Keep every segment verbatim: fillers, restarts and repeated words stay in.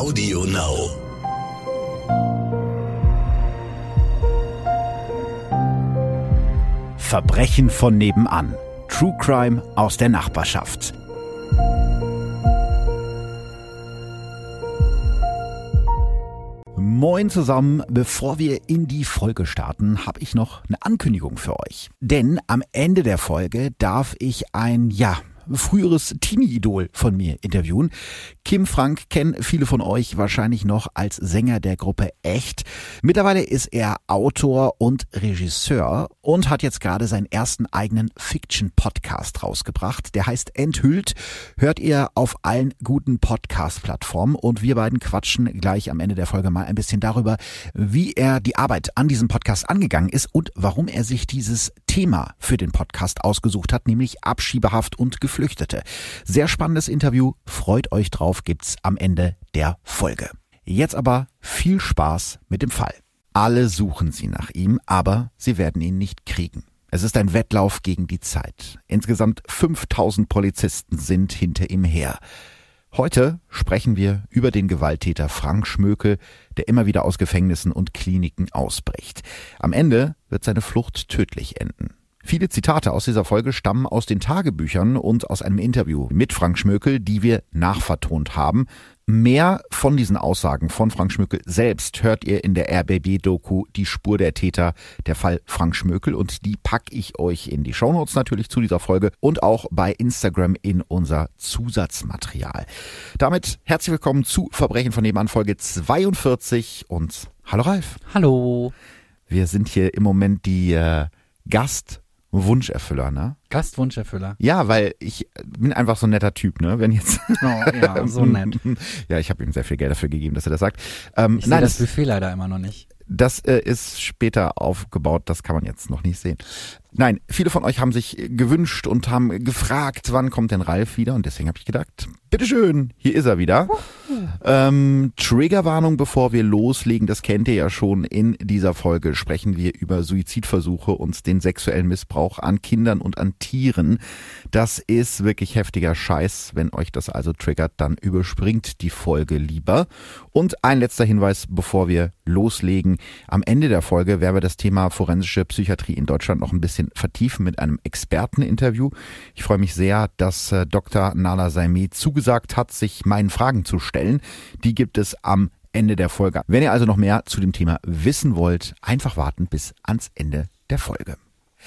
Audio Now. Verbrechen von nebenan. True Crime aus der Nachbarschaft. Moin zusammen, bevor wir in die Folge starten, habe ich noch eine Ankündigung für euch. Denn am Ende der Folge darf ich ein, ja, früheres Teenie-Idol von mir interviewen. Kim Frank kennen viele von euch wahrscheinlich noch als Sänger der Gruppe Echt. Mittlerweile ist er Autor und Regisseur und hat jetzt gerade seinen ersten eigenen Fiction-Podcast rausgebracht. Der heißt Enthüllt. Hört ihr auf allen guten Podcast-Plattformen und wir beiden quatschen gleich am Ende der Folge mal ein bisschen darüber, wie er die Arbeit an diesem Podcast angegangen ist und warum er sich dieses Thema für den Podcast ausgesucht hat, nämlich Abschiebehaft und Geflüchtete. Sehr spannendes Interview. Freut euch drauf, gibt's am Ende der Folge. Jetzt aber viel Spaß mit dem Fall. Alle suchen sie nach ihm, aber sie werden ihn nicht kriegen. Es ist ein Wettlauf gegen die Zeit. Insgesamt fünftausend Polizisten sind hinter ihm her. Heute sprechen wir über den Gewalttäter Frank Schmökel, der immer wieder aus Gefängnissen und Kliniken ausbricht. Am Ende wird seine Flucht tödlich enden. Viele Zitate aus dieser Folge stammen aus den Tagebüchern und aus einem Interview mit Frank Schmökel, die wir nachvertont haben. Mehr von diesen Aussagen von Frank Schmökel selbst hört ihr in der R B B-Doku Die Spur der Täter, der Fall Frank Schmökel, und die packe ich euch in die Shownotes natürlich zu dieser Folge und auch bei Instagram in unser Zusatzmaterial. Damit herzlich willkommen zu Verbrechen von nebenan, Folge zweiundvierzig, und hallo Ralf. Hallo. Wir sind hier im Moment die äh, Gast- Wunscherfüller, ne? Gastwunscherfüller. Ja, weil ich bin einfach so ein netter Typ, ne? Wenn jetzt. Oh, ja, so nett. Ja, ich habe ihm sehr viel Geld dafür gegeben, dass er das sagt. Ähm, ich nein, sehe das Buffet leider immer noch nicht. Das äh, ist später aufgebaut, das kann man jetzt noch nicht sehen. Nein, viele von euch haben sich gewünscht und haben gefragt, wann kommt denn Ralf wieder? Und deswegen habe ich gedacht, bitteschön, hier ist er wieder. Ähm, Triggerwarnung, bevor wir loslegen, das kennt ihr ja schon. In dieser Folge sprechen wir über Suizidversuche und den sexuellen Missbrauch an Kindern und an Tieren. Das ist wirklich heftiger Scheiß. Wenn euch das also triggert, dann überspringt die Folge lieber. Und ein letzter Hinweis, bevor wir loslegen. Am Ende der Folge werden wir das Thema forensische Psychiatrie in Deutschland noch ein bisschen vertiefen mit einem Experteninterview. Ich freue mich sehr, dass äh, Doktor Nala Saimeh zugesagt hat, sich meinen Fragen zu stellen. Die gibt es am Ende der Folge. Wenn ihr also noch mehr zu dem Thema wissen wollt, einfach warten bis ans Ende der Folge.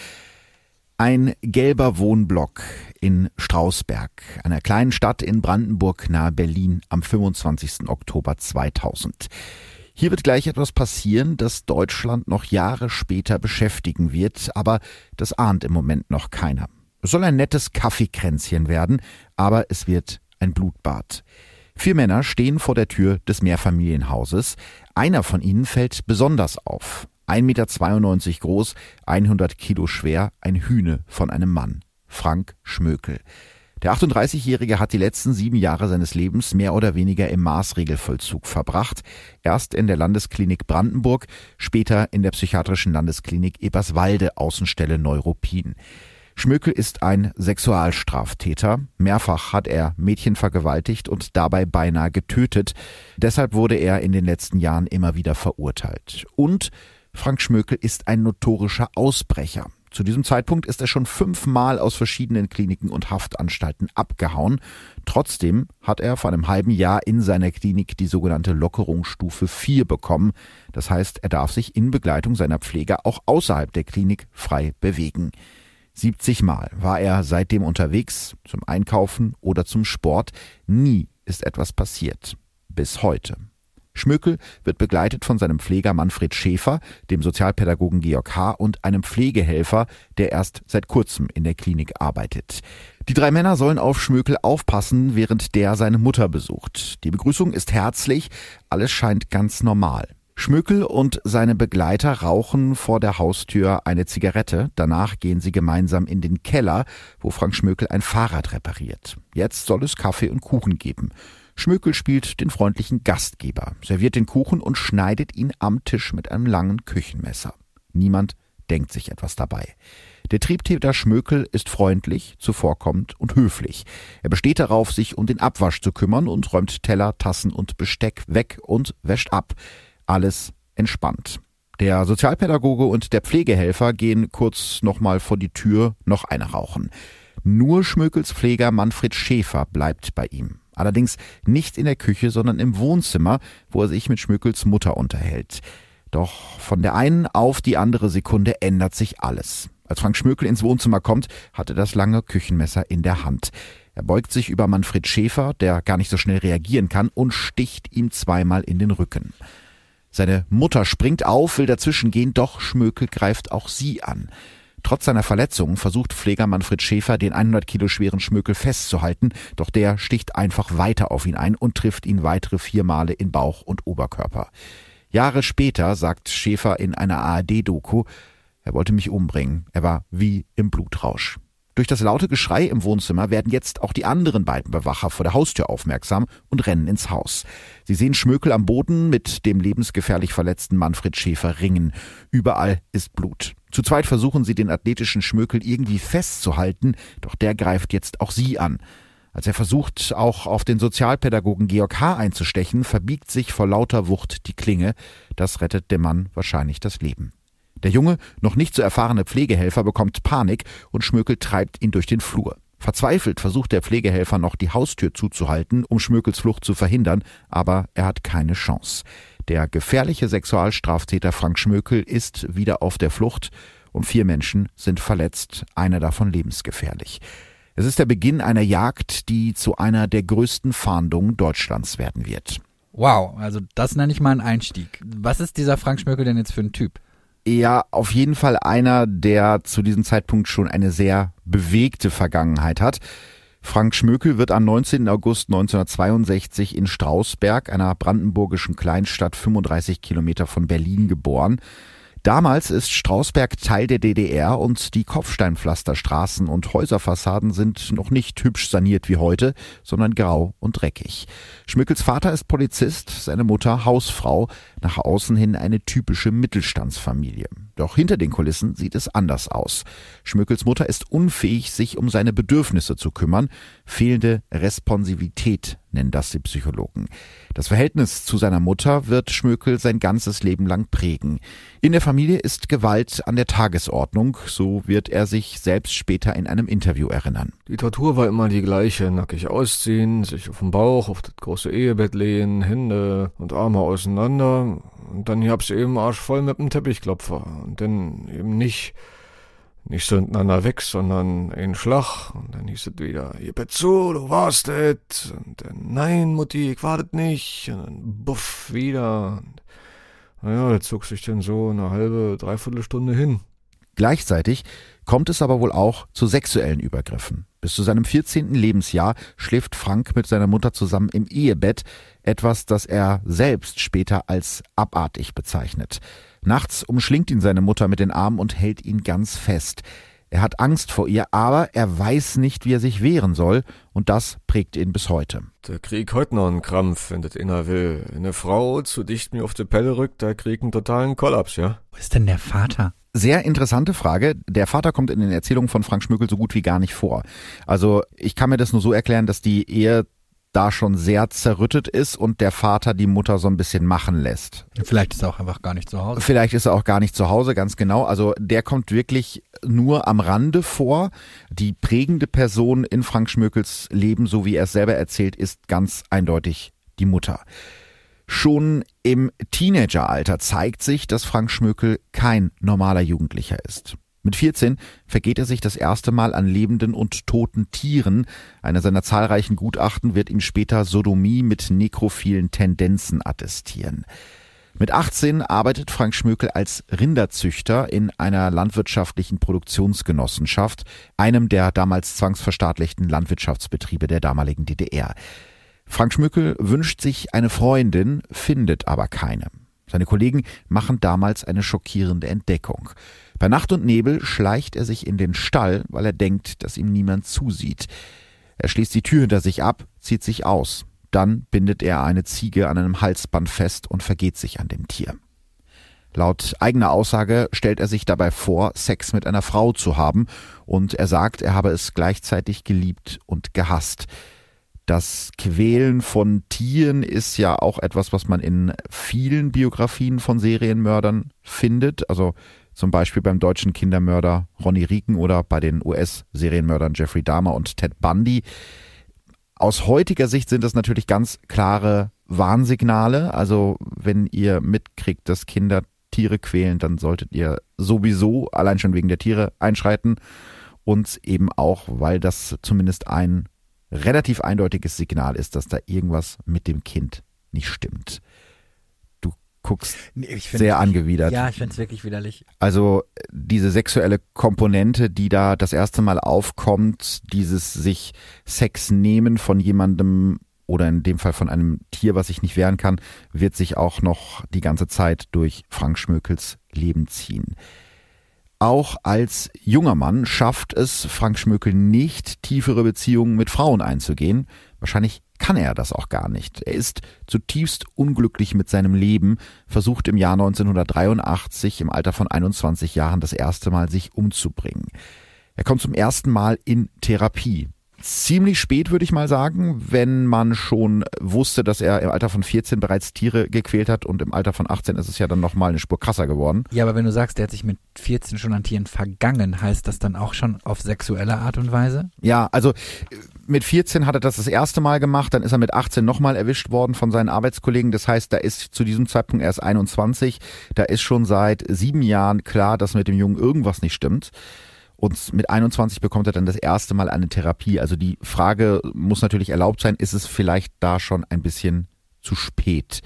Ein gelber Wohnblock in Strausberg, einer kleinen Stadt in Brandenburg nahe Berlin, am fünfundzwanzigsten Oktober zweitausend. Hier wird gleich etwas passieren, das Deutschland noch Jahre später beschäftigen wird, aber das ahnt im Moment noch keiner. Es soll ein nettes Kaffeekränzchen werden, aber es wird ein Blutbad. Vier Männer stehen vor der Tür des Mehrfamilienhauses. Einer von ihnen fällt besonders auf. ein Meter zweiundneunzig groß, hundert Kilo schwer, ein Hühne von einem Mann. Frank Schmökel. Der achtunddreißigjährige hat die letzten sieben Jahre seines Lebens mehr oder weniger im Maßregelvollzug verbracht. Erst in der Landesklinik Brandenburg, später in der psychiatrischen Landesklinik Eberswalde, Außenstelle Neuruppin. Schmökel ist ein Sexualstraftäter. Mehrfach hat er Mädchen vergewaltigt und dabei beinahe getötet. Deshalb wurde er in den letzten Jahren immer wieder verurteilt. Und Frank Schmökel ist ein notorischer Ausbrecher. Zu diesem Zeitpunkt ist er schon fünfmal aus verschiedenen Kliniken und Haftanstalten abgehauen. Trotzdem hat er vor einem halben Jahr in seiner Klinik die sogenannte Lockerungsstufe vier bekommen. Das heißt, er darf sich in Begleitung seiner Pfleger auch außerhalb der Klinik frei bewegen. siebzig Mal war er seitdem unterwegs, zum Einkaufen oder zum Sport. Nie ist etwas passiert. Bis heute. Schmökel wird begleitet von seinem Pfleger Manfred Schäfer, dem Sozialpädagogen Georg H. und einem Pflegehelfer, der erst seit kurzem in der Klinik arbeitet. Die drei Männer sollen auf Schmökel aufpassen, während der seine Mutter besucht. Die Begrüßung ist herzlich, alles scheint ganz normal. Schmökel und seine Begleiter rauchen vor der Haustür eine Zigarette. Danach gehen sie gemeinsam in den Keller, wo Frank Schmökel ein Fahrrad repariert. Jetzt soll es Kaffee und Kuchen geben. Schmökel spielt den freundlichen Gastgeber, serviert den Kuchen und schneidet ihn am Tisch mit einem langen Küchenmesser. Niemand denkt sich etwas dabei. Der Triebtäter Schmökel ist freundlich, zuvorkommend und höflich. Er besteht darauf, sich um den Abwasch zu kümmern und räumt Teller, Tassen und Besteck weg und wäscht ab. Alles entspannt. Der Sozialpädagoge und der Pflegehelfer gehen kurz nochmal vor die Tür, noch eine rauchen. Nur Schmökels Pfleger Manfred Schäfer bleibt bei ihm. Allerdings nicht in der Küche, sondern im Wohnzimmer, wo er sich mit Schmökels Mutter unterhält. Doch von der einen auf die andere Sekunde ändert sich alles. Als Frank Schmökel ins Wohnzimmer kommt, hat er das lange Küchenmesser in der Hand. Er beugt sich über Manfred Schäfer, der gar nicht so schnell reagieren kann, und sticht ihm zweimal in den Rücken. Seine Mutter springt auf, will dazwischen gehen, doch Schmökel greift auch sie an. Trotz seiner Verletzungen versucht Pfleger Manfred Schäfer, den hundert Kilo schweren Schmökel festzuhalten, doch der sticht einfach weiter auf ihn ein und trifft ihn weitere vier Male in Bauch und Oberkörper. Jahre später sagt Schäfer in einer A R D-Doku, er wollte mich umbringen, er war wie im Blutrausch. Durch das laute Geschrei im Wohnzimmer werden jetzt auch die anderen beiden Bewacher vor der Haustür aufmerksam und rennen ins Haus. Sie sehen Schmökel am Boden mit dem lebensgefährlich verletzten Manfred Schäfer ringen. Überall ist Blut. Zu zweit versuchen sie, den athletischen Schmökel irgendwie festzuhalten, doch der greift jetzt auch sie an. Als er versucht, auch auf den Sozialpädagogen Georg H. einzustechen, verbiegt sich vor lauter Wucht die Klinge. Das rettet dem Mann wahrscheinlich das Leben. Der junge, noch nicht so erfahrene Pflegehelfer bekommt Panik und Schmökel treibt ihn durch den Flur. Verzweifelt versucht der Pflegehelfer noch, die Haustür zuzuhalten, um Schmökels Flucht zu verhindern, aber er hat keine Chance. Der gefährliche Sexualstraftäter Frank Schmökel ist wieder auf der Flucht und vier Menschen sind verletzt, einer davon lebensgefährlich. Es ist der Beginn einer Jagd, die zu einer der größten Fahndungen Deutschlands werden wird. Wow, also das nenne ich mal einen Einstieg. Was ist dieser Frank Schmökel denn jetzt für ein Typ? Ja, auf jeden Fall einer, der zu diesem Zeitpunkt schon eine sehr bewegte Vergangenheit hat. Frank Schmökel wird am neunzehnten August neunzehnhundertzweiundsechzig in Strausberg, einer brandenburgischen Kleinstadt fünfunddreißig Kilometer von Berlin, geboren. Damals ist Strausberg Teil der D D R und die Kopfsteinpflasterstraßen und Häuserfassaden sind noch nicht hübsch saniert wie heute, sondern grau und dreckig. Schmökels Vater ist Polizist, seine Mutter Hausfrau, nach außen hin eine typische Mittelstandsfamilie. Doch hinter den Kulissen sieht es anders aus. Schmökels Mutter ist unfähig, sich um seine Bedürfnisse zu kümmern. Fehlende Responsivität nennen das die Psychologen. Das Verhältnis zu seiner Mutter wird Schmökel sein ganzes Leben lang prägen. In der Familie ist Gewalt an der Tagesordnung, so wird er sich selbst später in einem Interview erinnern. Die Tortur war immer die gleiche, nackig ausziehen, sich auf den Bauch, auf das große Ehebett lehnen, Hände und Arme auseinander und dann gab's eben arschvoll mit dem Teppichklopfer und dann eben nicht Nicht so hintereinander weg, sondern ein Schlag. Und dann hieß es wieder, gib es zu, du warst es. Und dann, nein, Mutti, ich war das nicht. Und dann, buff, wieder. Und naja, das zog sich dann so eine halbe, dreiviertel Stunde hin. Gleichzeitig kommt es aber wohl auch zu sexuellen Übergriffen. Bis zu seinem vierzehnten Lebensjahr schläft Frank mit seiner Mutter zusammen im Ehebett, etwas, das er selbst später als abartig bezeichnet. Nachts umschlingt ihn seine Mutter mit den Armen und hält ihn ganz fest. Er hat Angst vor ihr, aber er weiß nicht, wie er sich wehren soll, und das prägt ihn bis heute. Der krieg heute noch einen Krampf, wenn das einer will. Wenn eine Frau zu dicht mir auf die Pelle rückt, da krieg einen totalen Kollaps, ja? Wo ist denn der Vater? Sehr interessante Frage. Der Vater kommt in den Erzählungen von Frank Schmökel so gut wie gar nicht vor. Also ich kann mir das nur so erklären, dass die Ehe da schon sehr zerrüttet ist und der Vater die Mutter so ein bisschen machen lässt. Vielleicht ist er auch einfach gar nicht zu Hause. Vielleicht ist er auch gar nicht zu Hause, ganz genau. Also der kommt wirklich nur am Rande vor. Die prägende Person in Frank Schmökels Leben, so wie er es selber erzählt, ist ganz eindeutig die Mutter. Schon im Teenageralter zeigt sich, dass Frank Schmökel kein normaler Jugendlicher ist. Mit vierzehn vergeht er sich das erste Mal an lebenden und toten Tieren. Einer seiner zahlreichen Gutachten wird ihm später Sodomie mit nekrophilen Tendenzen attestieren. Mit achtzehn arbeitet Frank Schmökel als Rinderzüchter in einer landwirtschaftlichen Produktionsgenossenschaft, einem der damals zwangsverstaatlichten Landwirtschaftsbetriebe der damaligen D D R. Frank Schmökel wünscht sich eine Freundin, findet aber keine. Seine Kollegen machen damals eine schockierende Entdeckung. Bei Nacht und Nebel schleicht er sich in den Stall, weil er denkt, dass ihm niemand zusieht. Er schließt die Tür hinter sich ab, zieht sich aus. Dann bindet er eine Ziege an einem Halsband fest und vergeht sich an dem Tier. Laut eigener Aussage stellt er sich dabei vor, Sex mit einer Frau zu haben, und er sagt, er habe es gleichzeitig geliebt und gehasst. Das Quälen von Tieren ist ja auch etwas, was man in vielen Biografien von Serienmördern findet, also zum Beispiel beim deutschen Kindermörder Ronny Rieken oder bei den U S-Serienmördern Jeffrey Dahmer und Ted Bundy. Aus heutiger Sicht sind das natürlich ganz klare Warnsignale. Also wenn ihr mitkriegt, dass Kinder Tiere quälen, dann solltet ihr sowieso allein schon wegen der Tiere einschreiten und eben auch, weil das zumindest ein relativ eindeutiges Signal ist, dass da irgendwas mit dem Kind nicht stimmt. Du guckst Nee, ich find- sehr angewidert. Ja, ich finde es wirklich widerlich. Also diese sexuelle Komponente, die da das erste Mal aufkommt, dieses sich Sex nehmen von jemandem oder in dem Fall von einem Tier, was sich nicht wehren kann, wird sich auch noch die ganze Zeit durch Frank Schmökels Leben ziehen. Auch als junger Mann schafft es Frank Schmökel nicht, tiefere Beziehungen mit Frauen einzugehen. Wahrscheinlich kann er das auch gar nicht. Er ist zutiefst unglücklich mit seinem Leben, versucht im Jahr neunzehnhundertdreiundachtzig im Alter von einundzwanzig Jahren das erste Mal sich umzubringen. Er kommt zum ersten Mal in Therapie. Ziemlich spät, würde ich mal sagen, wenn man schon wusste, dass er im Alter von vierzehn bereits Tiere gequält hat, und im Alter von achtzehn ist es ja dann nochmal eine Spur krasser geworden. Ja, aber wenn du sagst, der hat sich mit vierzehn schon an Tieren vergangen, heißt das dann auch schon auf sexuelle Art und Weise? Ja, also mit vierzehn hat er das das erste Mal gemacht, dann ist er mit achtzehn nochmal erwischt worden von seinen Arbeitskollegen. Das heißt, da ist zu diesem Zeitpunkt erst einundzwanzig, da ist schon seit sieben Jahren klar, dass mit dem Jungen irgendwas nicht stimmt. Und mit einundzwanzig bekommt er dann das erste Mal eine Therapie. Also die Frage muss natürlich erlaubt sein, ist es vielleicht da schon ein bisschen zu spät?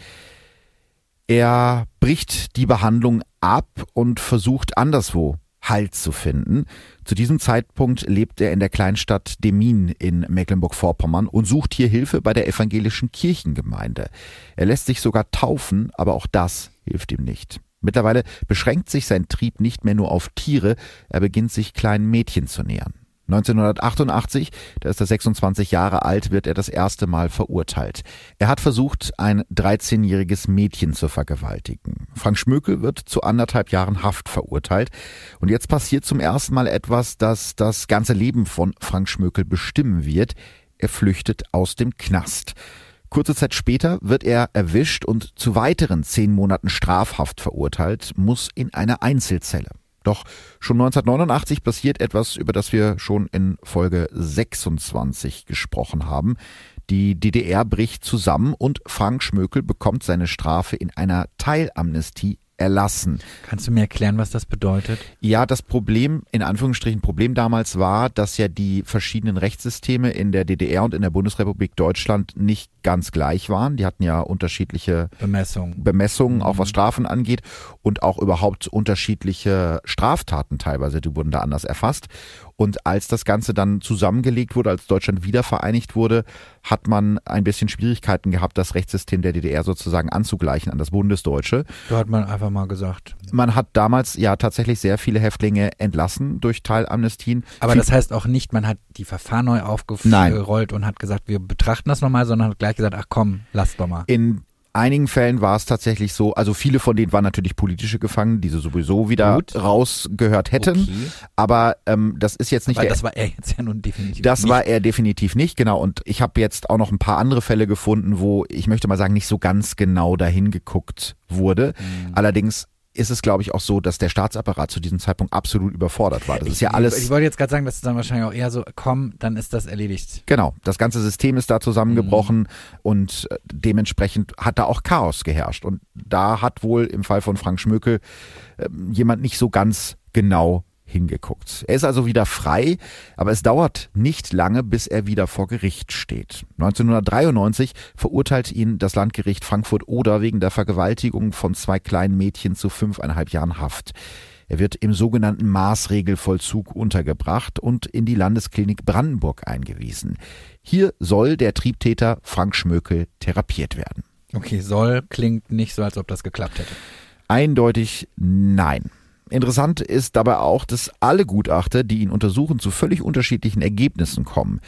Er bricht die Behandlung ab und versucht anderswo Halt zu finden. Zu diesem Zeitpunkt lebt er in der Kleinstadt Demmin in Mecklenburg-Vorpommern und sucht hier Hilfe bei der evangelischen Kirchengemeinde. Er lässt sich sogar taufen, aber auch das hilft ihm nicht. Mittlerweile beschränkt sich sein Trieb nicht mehr nur auf Tiere, er beginnt sich kleinen Mädchen zu nähern. neunzehnhundertachtundachtzig, da ist er sechsundzwanzig Jahre alt, wird er das erste Mal verurteilt. Er hat versucht, ein dreizehnjähriges Mädchen zu vergewaltigen. Frank Schmökel wird zu anderthalb Jahren Haft verurteilt. Und jetzt passiert zum ersten Mal etwas, das das ganze Leben von Frank Schmökel bestimmen wird. Er flüchtet aus dem Knast. Kurze Zeit später wird er erwischt und zu weiteren zehn Monaten Strafhaft verurteilt, muss in eine Einzelzelle. Doch schon neunzehnhundertneunundachtzig passiert etwas, über das wir schon in Folge sechsundzwanzig gesprochen haben. Die D D R bricht zusammen und Frank Schmökel bekommt seine Strafe in einer Teilamnestie erlassen. Kannst du mir erklären, was das bedeutet? Ja, das Problem, in Anführungsstrichen Problem damals war, dass ja die verschiedenen Rechtssysteme in der D D R und in der Bundesrepublik Deutschland nicht ganz gleich waren. Die hatten ja unterschiedliche Bemessung. Bemessungen, auch was Strafen angeht, und auch überhaupt unterschiedliche Straftaten teilweise, die wurden da anders erfasst. Und als das Ganze dann zusammengelegt wurde, als Deutschland wiedervereinigt wurde, hat man ein bisschen Schwierigkeiten gehabt, das Rechtssystem der D D R sozusagen anzugleichen an das bundesdeutsche. Da hat man einfach mal gesagt. Man hat damals ja tatsächlich sehr viele Häftlinge entlassen durch Teilamnestien. Aber Viel- das heißt auch nicht, man hat die Verfahren neu aufgerollt und hat gesagt, wir betrachten das nochmal, sondern hat gleich gesagt, ach komm, lass doch mal. In einigen Fällen war es tatsächlich so, also viele von denen waren natürlich politische Gefangene, die sie sowieso wieder Gut. rausgehört hätten. Okay. Aber ähm, das ist jetzt nicht Weil der das war er jetzt ja nun definitiv Das nicht. war er definitiv nicht, genau. Und ich habe jetzt auch noch ein paar andere Fälle gefunden, wo, ich möchte mal sagen, nicht so ganz genau dahin geguckt wurde. Mhm. Allerdings ist es, glaube ich, auch so, dass der Staatsapparat zu diesem Zeitpunkt absolut überfordert war. Das ist ja Ich- alles... Ich wollte jetzt gerade sagen, das ist dann wahrscheinlich auch eher so, komm, dann ist das erledigt. Genau, das ganze System ist da zusammengebrochen Mhm. und äh, dementsprechend hat da auch Chaos geherrscht. Und da hat wohl im Fall von Frank Schmökel äh, jemand nicht so ganz genau hingeguckt. Er ist also wieder frei, aber es dauert nicht lange, bis er wieder vor Gericht steht. neunzehnhundertdreiundneunzig verurteilt ihn das Landgericht Frankfurt-Oder wegen der Vergewaltigung von zwei kleinen Mädchen zu fünfeinhalb Jahren Haft. Er wird im sogenannten Maßregelvollzug untergebracht und in die Landesklinik Brandenburg eingewiesen. Hier soll der Triebtäter Frank Schmökel therapiert werden. Okay, soll klingt nicht so, als ob das geklappt hätte. Eindeutig nein. Interessant ist dabei auch, dass alle Gutachter, die ihn untersuchen, zu völlig unterschiedlichen Ergebnissen kommen.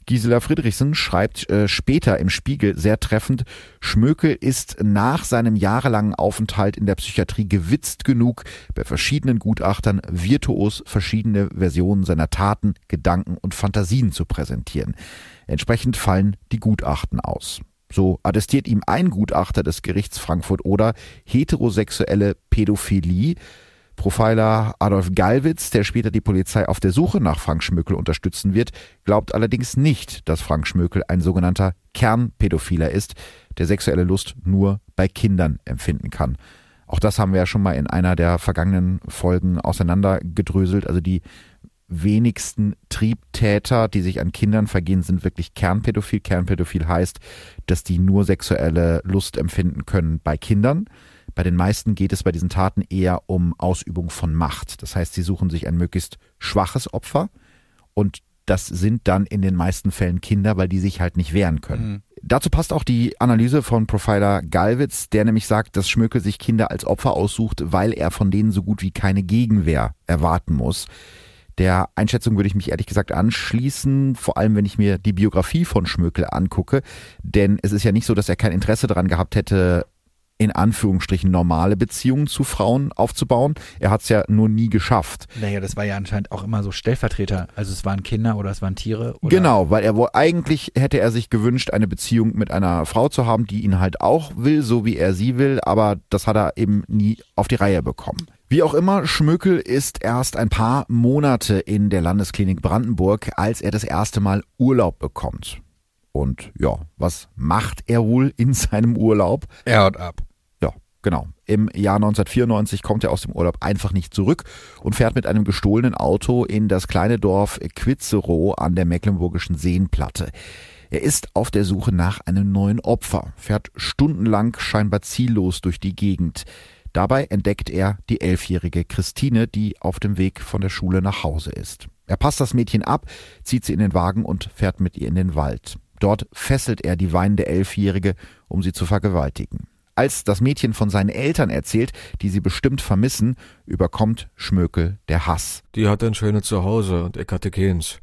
Gisela Friedrichsen schreibt äh, später im Spiegel sehr treffend, Schmökel ist nach seinem jahrelangen Aufenthalt in der Psychiatrie gewitzt genug, bei verschiedenen Gutachtern virtuos verschiedene Versionen seiner Taten, Gedanken und Fantasien zu präsentieren. Entsprechend fallen die Gutachten aus. So attestiert ihm ein Gutachter des Gerichts Frankfurt-Oder heterosexuelle Pädophilie. Profiler Adolf Gallwitz, der später die Polizei auf der Suche nach Frank Schmökel unterstützen wird, glaubt allerdings nicht, dass Frank Schmökel ein sogenannter Kernpädophiler ist, der sexuelle Lust nur bei Kindern empfinden kann. Auch das haben wir ja schon mal in einer der vergangenen Folgen auseinandergedröselt. Also die wenigsten Triebtäter, die sich an Kindern vergehen, sind wirklich kernpädophil. Kernpädophil heißt, dass die nur sexuelle Lust empfinden können bei Kindern. Bei den meisten geht es bei diesen Taten eher um Ausübung von Macht. Das heißt, sie suchen sich ein möglichst schwaches Opfer und das sind dann in den meisten Fällen Kinder, weil die sich halt nicht wehren können. Mhm. Dazu passt auch die Analyse von Profiler Gallwitz, der nämlich sagt, dass Schmökel sich Kinder als Opfer aussucht, weil er von denen so gut wie keine Gegenwehr erwarten muss. Der Einschätzung würde ich mich ehrlich gesagt anschließen, vor allem wenn ich mir die Biografie von Schmökel angucke, denn es ist ja nicht so, dass er kein Interesse daran gehabt hätte, in Anführungsstrichen normale Beziehungen zu Frauen aufzubauen. Er hat es ja nur nie geschafft. Naja, das war ja anscheinend auch immer so Stellvertreter. Also es waren Kinder oder es waren Tiere. Oder? Genau, weil er wohl eigentlich hätte er sich gewünscht, eine Beziehung mit einer Frau zu haben, die ihn halt auch will, so wie er sie will, aber das hat er eben nie auf die Reihe bekommen. Wie auch immer, Schmökel ist erst ein paar Monate in der Landesklinik Brandenburg, als er das erste Mal Urlaub bekommt. Und ja, was macht er wohl in seinem Urlaub? Er haut ab. Ja, genau. Im Jahr neunzehnhundertvierundneunzig kommt er aus dem Urlaub einfach nicht zurück und fährt mit einem gestohlenen Auto in das kleine Dorf Quitzerow an der Mecklenburgischen Seenplatte. Er ist auf der Suche nach einem neuen Opfer, fährt stundenlang scheinbar ziellos durch die Gegend. Dabei entdeckt er die elfjährige Christine, die auf dem Weg von der Schule nach Hause ist. Er passt das Mädchen ab, zieht sie in den Wagen und fährt mit ihr in den Wald. Dort fesselt er die weinende Elfjährige, um sie zu vergewaltigen. Als das Mädchen von seinen Eltern erzählt, die sie bestimmt vermissen, überkommt Schmökel der Hass. Die hatte ein schönes Zuhause und ich hatte keins.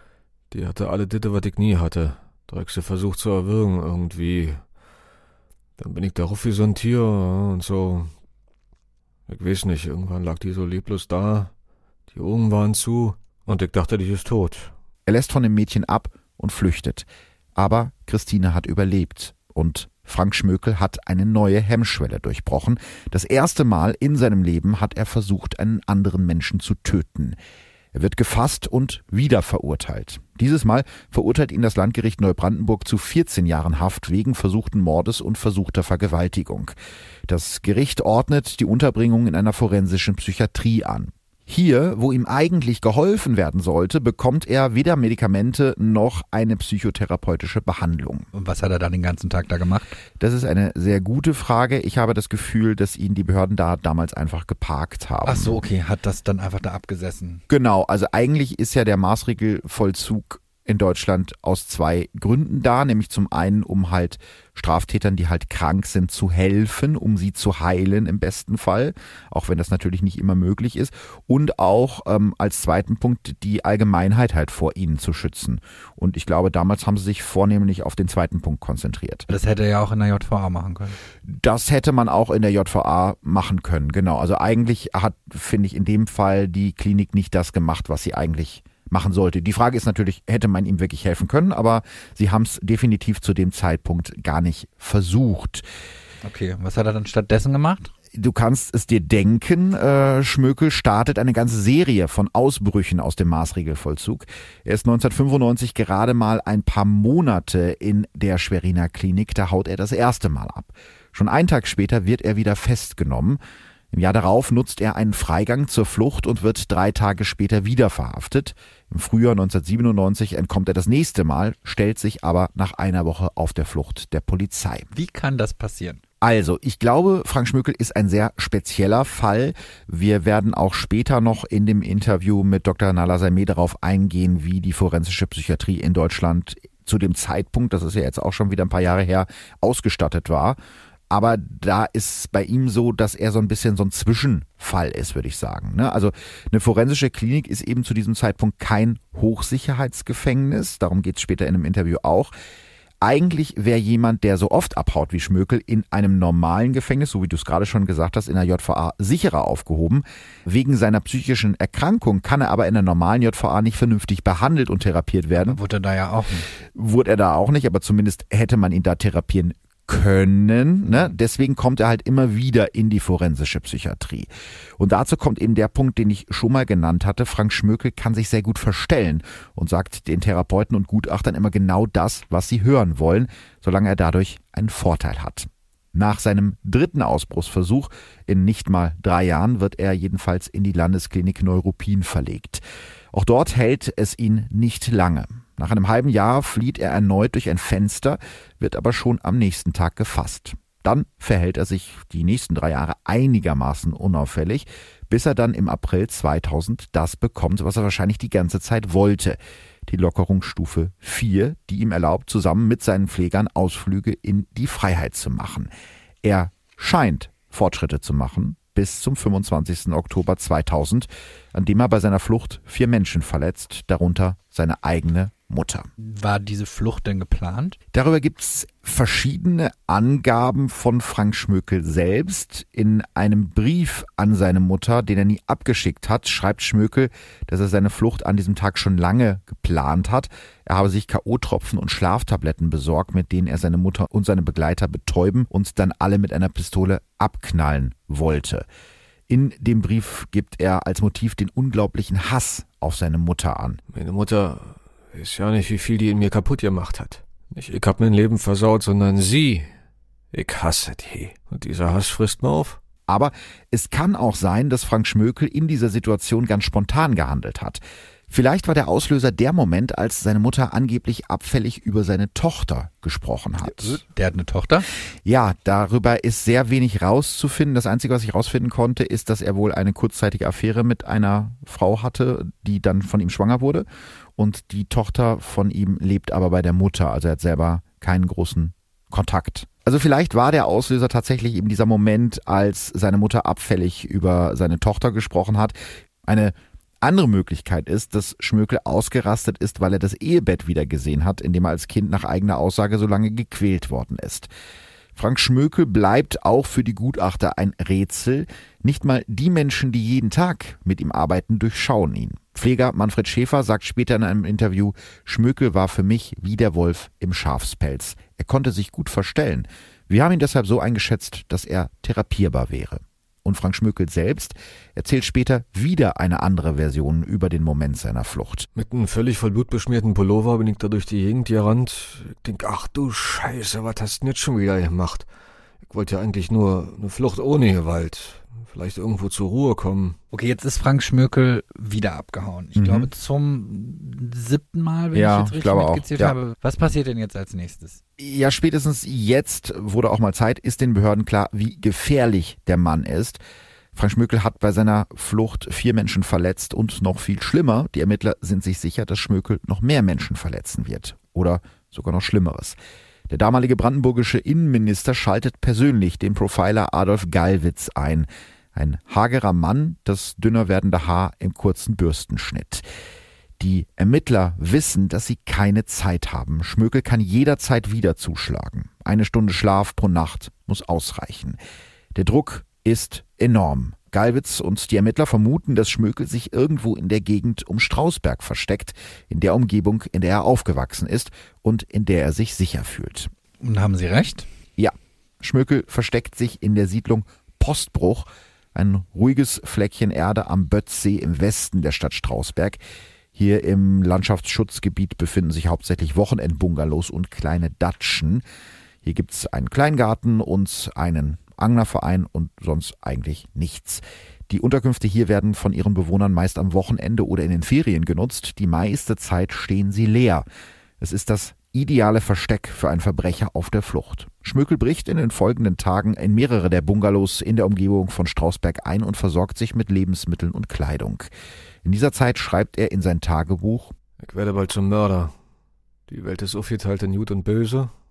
Die hatte alle Ditte, was ich nie hatte. Da hab ich sie versucht zu erwürgen irgendwie. Dann bin ich darauf wie so ein Tier und so. Ich weiß nicht, irgendwann lag die so leblos da. Die Augen waren zu und ich dachte, die ist tot. Er lässt von dem Mädchen ab und flüchtet. Aber Christine hat überlebt und Frank Schmökel hat eine neue Hemmschwelle durchbrochen. Das erste Mal in seinem Leben hat er versucht, einen anderen Menschen zu töten. Er wird gefasst und wieder verurteilt. Dieses Mal verurteilt ihn das Landgericht Neubrandenburg zu vierzehn Jahren Haft wegen versuchten Mordes und versuchter Vergewaltigung. Das Gericht ordnet die Unterbringung in einer forensischen Psychiatrie an. Hier, wo ihm eigentlich geholfen werden sollte, bekommt er weder Medikamente noch eine psychotherapeutische Behandlung. Und was hat er dann den ganzen Tag da gemacht? Das ist eine sehr gute Frage. Ich habe das Gefühl, dass ihn die Behörden da damals einfach geparkt haben. Ach so, okay, hat das dann einfach da abgesessen. Genau, also eigentlich ist ja der Maßregelvollzug in Deutschland aus zwei Gründen da, nämlich zum einen, um halt Straftätern, die halt krank sind, zu helfen, um sie zu heilen im besten Fall, auch wenn das natürlich nicht immer möglich ist, und auch ähm, als zweiten Punkt die Allgemeinheit halt vor ihnen zu schützen. Und ich glaube, damals haben sie sich vornehmlich auf den zweiten Punkt konzentriert. Das hätte er ja auch in der J V A machen können. Das hätte man auch in der J V A machen können, genau. Also eigentlich hat, finde ich, in dem Fall die Klinik nicht das gemacht, was sie eigentlich machen sollte. Die Frage ist natürlich, hätte man ihm wirklich helfen können, aber sie haben es definitiv zu dem Zeitpunkt gar nicht versucht. Okay, was hat er dann stattdessen gemacht? Du kannst es dir denken, äh, Schmökel startet eine ganze Serie von Ausbrüchen aus dem Maßregelvollzug. Er ist neunzehnhundertfünfundneunzig gerade mal ein paar Monate in der Schweriner Klinik, da haut er das erste Mal ab. Schon einen Tag später wird er wieder festgenommen. Im Jahr darauf nutzt er einen Freigang zur Flucht und wird drei Tage später wieder verhaftet. Im Frühjahr neunzehnhundertsiebenundneunzig entkommt er das nächste Mal, stellt sich aber nach einer Woche auf der Flucht der Polizei. Wie kann das passieren? Also, ich glaube, Frank Schmökel ist ein sehr spezieller Fall. Wir werden auch später noch in dem Interview mit Doktor Nala Salmeh darauf eingehen, wie die forensische Psychiatrie in Deutschland zu dem Zeitpunkt, das ist ja jetzt auch schon wieder ein paar Jahre her, ausgestattet war. Aber da ist bei ihm so, dass er so ein bisschen so ein Zwischenfall ist, würde ich sagen. Ne? Also eine forensische Klinik ist eben zu diesem Zeitpunkt kein Hochsicherheitsgefängnis. Darum geht es später in einem Interview auch. Eigentlich wäre jemand, der so oft abhaut wie Schmökel, in einem normalen Gefängnis, so wie du es gerade schon gesagt hast, in der J V A sicherer aufgehoben. Wegen seiner psychischen Erkrankung kann er aber in der normalen J V A nicht vernünftig behandelt und therapiert werden. Wurde er da ja auch nicht. Wurde er da auch nicht, aber zumindest hätte man ihn da therapieren können. Ne? Deswegen kommt er halt immer wieder in die forensische Psychiatrie. Und dazu kommt eben der Punkt, den ich schon mal genannt hatte. Frank Schmökel kann sich sehr gut verstellen und sagt den Therapeuten und Gutachtern immer genau das, was sie hören wollen, solange er dadurch einen Vorteil hat. Nach seinem dritten Ausbruchsversuch in nicht mal drei Jahren wird er jedenfalls in die Landesklinik Neuruppin verlegt. Auch dort hält es ihn nicht lange. Nach einem halben Jahr flieht er erneut durch ein Fenster, wird aber schon am nächsten Tag gefasst. Dann verhält er sich die nächsten drei Jahre einigermaßen unauffällig, bis er dann im April zweitausend das bekommt, was er wahrscheinlich die ganze Zeit wollte. Die Lockerungsstufe vier, die ihm erlaubt, zusammen mit seinen Pflegern Ausflüge in die Freiheit zu machen. Er scheint Fortschritte zu machen, bis zum fünfundzwanzigsten Oktober zweitausend, an dem er bei seiner Flucht vier Menschen verletzt, darunter seine eigene Mutter. War diese Flucht denn geplant? Darüber gibt es verschiedene Angaben von Frank Schmökel selbst. In einem Brief an seine Mutter, den er nie abgeschickt hat, schreibt Schmökel, dass er seine Flucht an diesem Tag schon lange geplant hat. Er habe sich K O-Tropfen und Schlaftabletten besorgt, mit denen er seine Mutter und seine Begleiter betäuben und dann alle mit einer Pistole abknallen wollte. In dem Brief gibt er als Motiv den unglaublichen Hass auf seine Mutter an. Meine Mutter weiß ja nicht, wie viel die in mir kaputt gemacht hat. Nicht ich hab mein Leben versaut, sondern sie. Ich hasse die. Und dieser Hass frisst mir auf. Aber es kann auch sein, dass Frank Schmökel in dieser Situation ganz spontan gehandelt hat. Vielleicht war der Auslöser der Moment, als seine Mutter angeblich abfällig über seine Tochter gesprochen hat. Der hat eine Tochter? Ja, darüber ist sehr wenig rauszufinden. Das Einzige, was ich rausfinden konnte, ist, dass er wohl eine kurzzeitige Affäre mit einer Frau hatte, die dann von ihm schwanger wurde. Und die Tochter von ihm lebt aber bei der Mutter. Also er hat selber keinen großen Kontakt. Also vielleicht war der Auslöser tatsächlich eben dieser Moment, als seine Mutter abfällig über seine Tochter gesprochen hat. Eine andere Möglichkeit ist, dass Schmökel ausgerastet ist, weil er das Ehebett wieder gesehen hat, in dem er als Kind nach eigener Aussage so lange gequält worden ist. Frank Schmökel bleibt auch für die Gutachter ein Rätsel. Nicht mal die Menschen, die jeden Tag mit ihm arbeiten, durchschauen ihn. Pfleger Manfred Schäfer sagt später in einem Interview, Schmökel war für mich wie der Wolf im Schafspelz. Er konnte sich gut verstellen. Wir haben ihn deshalb so eingeschätzt, dass er therapierbar wäre. Und Frank Schmökel selbst erzählt später wieder eine andere Version über den Moment seiner Flucht. Mit einem völlig voll blutbeschmierten Pullover bin ich da durch die Gegend gerannt. Ich denk, ach du Scheiße, was hast du denn jetzt schon wieder gemacht? Ich wollte ja eigentlich nur eine Flucht ohne Gewalt. Vielleicht irgendwo zur Ruhe kommen. Okay, jetzt ist Frank Schmökel wieder abgehauen. Ich mhm. glaube zum siebten Mal, wenn ja, ich jetzt richtig ich glaube mitgezählt auch. Ja. habe. Was passiert denn jetzt als nächstes? Ja, spätestens jetzt wurde auch mal Zeit, ist den Behörden klar, wie gefährlich der Mann ist. Frank Schmökel hat bei seiner Flucht vier Menschen verletzt und noch viel schlimmer, die Ermittler sind sich sicher, dass Schmökel noch mehr Menschen verletzen wird. Oder sogar noch Schlimmeres. Der damalige brandenburgische Innenminister schaltet persönlich den Profiler Adolf Gallwitz ein. Ein hagerer Mann, das dünner werdende Haar im kurzen Bürstenschnitt. Die Ermittler wissen, dass sie keine Zeit haben. Schmökel kann jederzeit wieder zuschlagen. Eine Stunde Schlaf pro Nacht muss ausreichen. Der Druck ist enorm. Gallwitz und die Ermittler vermuten, dass Schmökel sich irgendwo in der Gegend um Strausberg versteckt, in der Umgebung, in der er aufgewachsen ist und in der er sich sicher fühlt. Und haben Sie recht? Ja, Schmökel versteckt sich in der Siedlung Postbruch, ein ruhiges Fleckchen Erde am Bötzsee im Westen der Stadt Strausberg. Hier im Landschaftsschutzgebiet befinden sich hauptsächlich Wochenendbungalows und kleine Datschen. Hier gibt es einen Kleingarten und einen Anglerverein und sonst eigentlich nichts. Die Unterkünfte hier werden von ihren Bewohnern meist am Wochenende oder in den Ferien genutzt. Die meiste Zeit stehen sie leer. Es ist das ideale Versteck für einen Verbrecher auf der Flucht. Schmökel bricht in den folgenden Tagen in mehrere der Bungalows in der Umgebung von Strausberg ein und versorgt sich mit Lebensmitteln und Kleidung. In dieser Zeit schreibt er in sein Tagebuch: Ich werde bald zum Mörder. Die Welt ist aufgeteilt in Gut und Böse.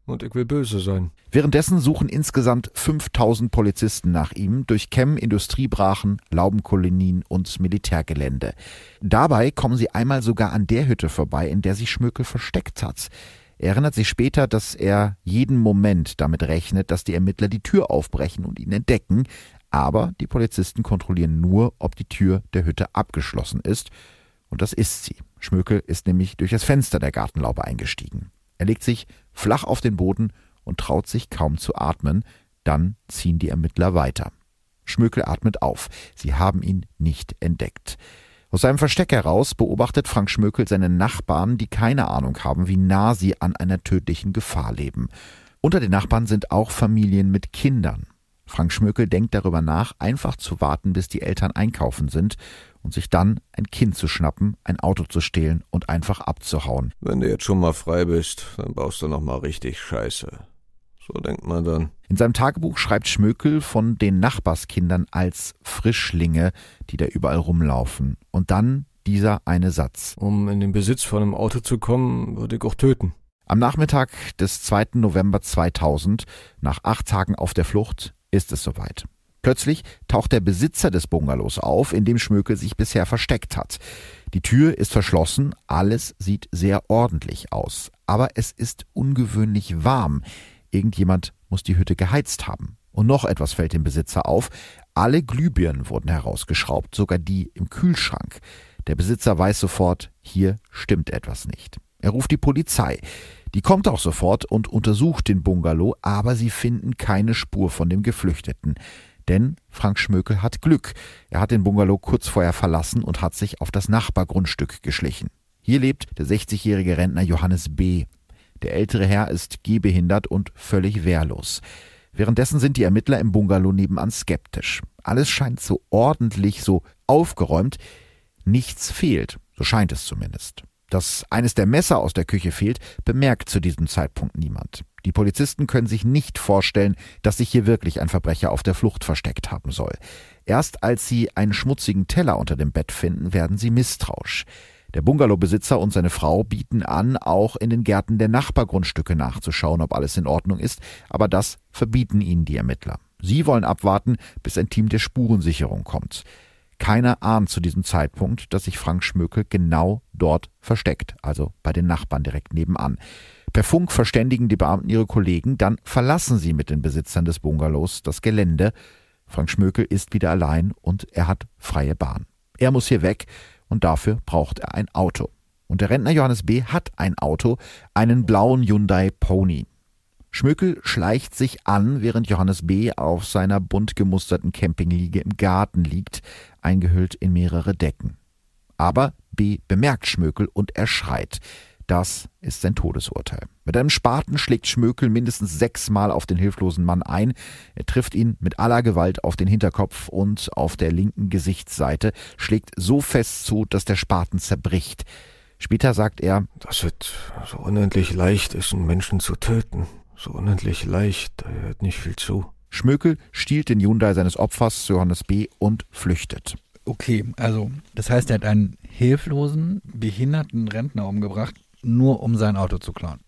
und ich will böse sein. Währenddessen suchen insgesamt fünftausend Polizisten nach ihm, durchkämmen Industriebrachen, Laubenkolonien und Militärgelände. Dabei kommen sie einmal sogar an der Hütte vorbei, in der sich Schmökel versteckt hat. Er erinnert sich später, dass er jeden Moment damit rechnet, dass die Ermittler die Tür aufbrechen und ihn entdecken. Aber die Polizisten kontrollieren nur, ob die Tür der Hütte abgeschlossen ist. Und das ist sie. Schmökel ist nämlich durch das Fenster der Gartenlaube eingestiegen. Er legt sich flach auf den Boden und traut sich kaum zu atmen. Dann ziehen die Ermittler weiter. Schmökel atmet auf. Sie haben ihn nicht entdeckt. Aus seinem Versteck heraus beobachtet Frank Schmökel seine Nachbarn, die keine Ahnung haben, wie nah sie an einer tödlichen Gefahr leben. Unter den Nachbarn sind auch Familien mit Kindern. Frank Schmökel denkt darüber nach, einfach zu warten, bis die Eltern einkaufen sind und sich dann ein Kind zu schnappen, ein Auto zu stehlen und einfach abzuhauen. Wenn du jetzt schon mal frei bist, dann baust du noch mal richtig Scheiße. So denkt man dann. In seinem Tagebuch schreibt Schmökel von den Nachbarskindern als Frischlinge, die da überall rumlaufen. Und dann dieser eine Satz. Um in den Besitz von einem Auto zu kommen, würde ich auch töten. Am Nachmittag des zweiten November zweitausend, nach acht Tagen auf der Flucht, ist es soweit. Plötzlich taucht der Besitzer des Bungalows auf, in dem Schmökel sich bisher versteckt hat. Die Tür ist verschlossen, alles sieht sehr ordentlich aus. Aber es ist ungewöhnlich warm. Irgendjemand muss die Hütte geheizt haben. Und noch etwas fällt dem Besitzer auf. Alle Glühbirnen wurden herausgeschraubt, sogar die im Kühlschrank. Der Besitzer weiß sofort, hier stimmt etwas nicht. Er ruft die Polizei. Die kommt auch sofort und untersucht den Bungalow, aber sie finden keine Spur von dem Geflüchteten. Denn Frank Schmökel hat Glück. Er hat den Bungalow kurz vorher verlassen und hat sich auf das Nachbargrundstück geschlichen. Hier lebt der sechzigjährige Rentner Johannes B. Der ältere Herr ist gehbehindert und völlig wehrlos. Währenddessen sind die Ermittler im Bungalow nebenan skeptisch. Alles scheint so ordentlich, so aufgeräumt. Nichts fehlt, so scheint es zumindest. Dass eines der Messer aus der Küche fehlt, bemerkt zu diesem Zeitpunkt niemand. Die Polizisten können sich nicht vorstellen, dass sich hier wirklich ein Verbrecher auf der Flucht versteckt haben soll. Erst als sie einen schmutzigen Teller unter dem Bett finden, werden sie misstrauisch. Der Bungalowbesitzer und seine Frau bieten an, auch in den Gärten der Nachbargrundstücke nachzuschauen, ob alles in Ordnung ist, aber das verbieten ihnen die Ermittler. Sie wollen abwarten, bis ein Team der Spurensicherung kommt. Keiner ahnt zu diesem Zeitpunkt, dass sich Frank Schmökel genau dort versteckt, also bei den Nachbarn direkt nebenan. Per Funk verständigen die Beamten ihre Kollegen, dann verlassen sie mit den Besitzern des Bungalows das Gelände. Frank Schmökel ist wieder allein und er hat freie Bahn. Er muss hier weg und dafür braucht er ein Auto. Und der Rentner Johannes B. hat ein Auto, einen blauen Hyundai Pony. Schmökel schleicht sich an, während Johannes B. auf seiner bunt gemusterten Campingliege im Garten liegt, eingehüllt in mehrere Decken. Aber B. bemerkt Schmökel und er schreit. Das ist sein Todesurteil. Mit einem Spaten schlägt Schmökel mindestens sechsmal auf den hilflosen Mann ein. Er trifft ihn mit aller Gewalt auf den Hinterkopf und auf der linken Gesichtsseite, schlägt so fest zu, dass der Spaten zerbricht. Später sagt er, das wird so unendlich leicht ist, einen Menschen zu töten. So unendlich leicht, da hört nicht viel zu. Schmökel stiehlt den Hyundai seines Opfers, Johannes B., und flüchtet. Okay, also das heißt, er hat einen hilflosen, behinderten Rentner umgebracht, nur um sein Auto zu klauen.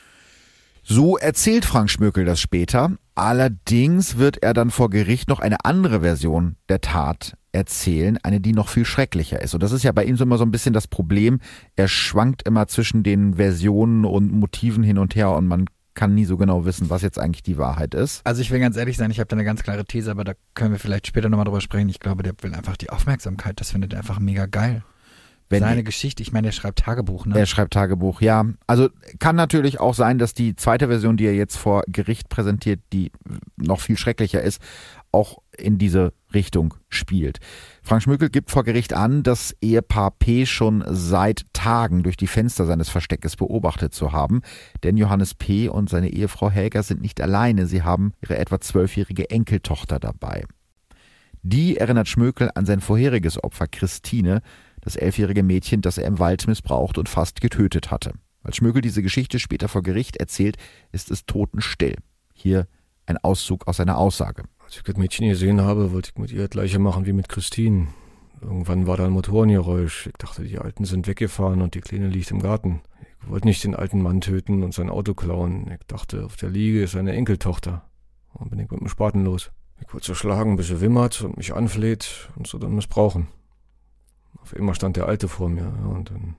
So erzählt Frank Schmökel das später. Allerdings wird er dann vor Gericht noch eine andere Version der Tat erzählen, eine, die noch viel schrecklicher ist. Und das ist ja bei ihm so immer so ein bisschen das Problem. Er schwankt immer zwischen den Versionen und Motiven hin und her und man kann nie so genau wissen, was jetzt eigentlich die Wahrheit ist. Also ich will ganz ehrlich sein, ich habe da eine ganz klare These, aber da können wir vielleicht später nochmal drüber sprechen. Ich glaube, der will einfach die Aufmerksamkeit, das findet er einfach mega geil. Wenn Seine Geschichte, ich meine, er schreibt Tagebuch, ne? Er schreibt Tagebuch, ja. Also kann natürlich auch sein, dass die zweite Version, die er jetzt vor Gericht präsentiert, die noch viel schrecklicher ist, auch in diese Richtung spielt. Frank Schmökel gibt vor Gericht an, das Ehepaar P. schon seit Tagen durch die Fenster seines Versteckes beobachtet zu haben. Denn Johannes P. und seine Ehefrau Helga sind nicht alleine. Sie haben ihre etwa zwölfjährige Enkeltochter dabei. Die erinnert Schmökel an sein vorheriges Opfer Christine, das elfjährige Mädchen, das er im Wald missbraucht und fast getötet hatte. Als Schmökel diese Geschichte später vor Gericht erzählt, ist es totenstill. Hier ein Auszug aus seiner Aussage. Als ich das Mädchen gesehen habe, wollte ich mit ihr das Gleiche machen wie mit Christine. Irgendwann war da ein Motorengeräusch. Ich dachte, die Alten sind weggefahren und die Kleine liegt im Garten. Ich Ich wollte nicht den alten Mann töten und sein Auto klauen. Ich dachte, auf der Liege ist seine Enkeltochter. Und bin ich mit dem Spaten los. Ich wollte so schlagen, bis er wimmert und mich anfleht und so dann missbrauchen. Auf einmal stand der Alte vor mir, ja, und dann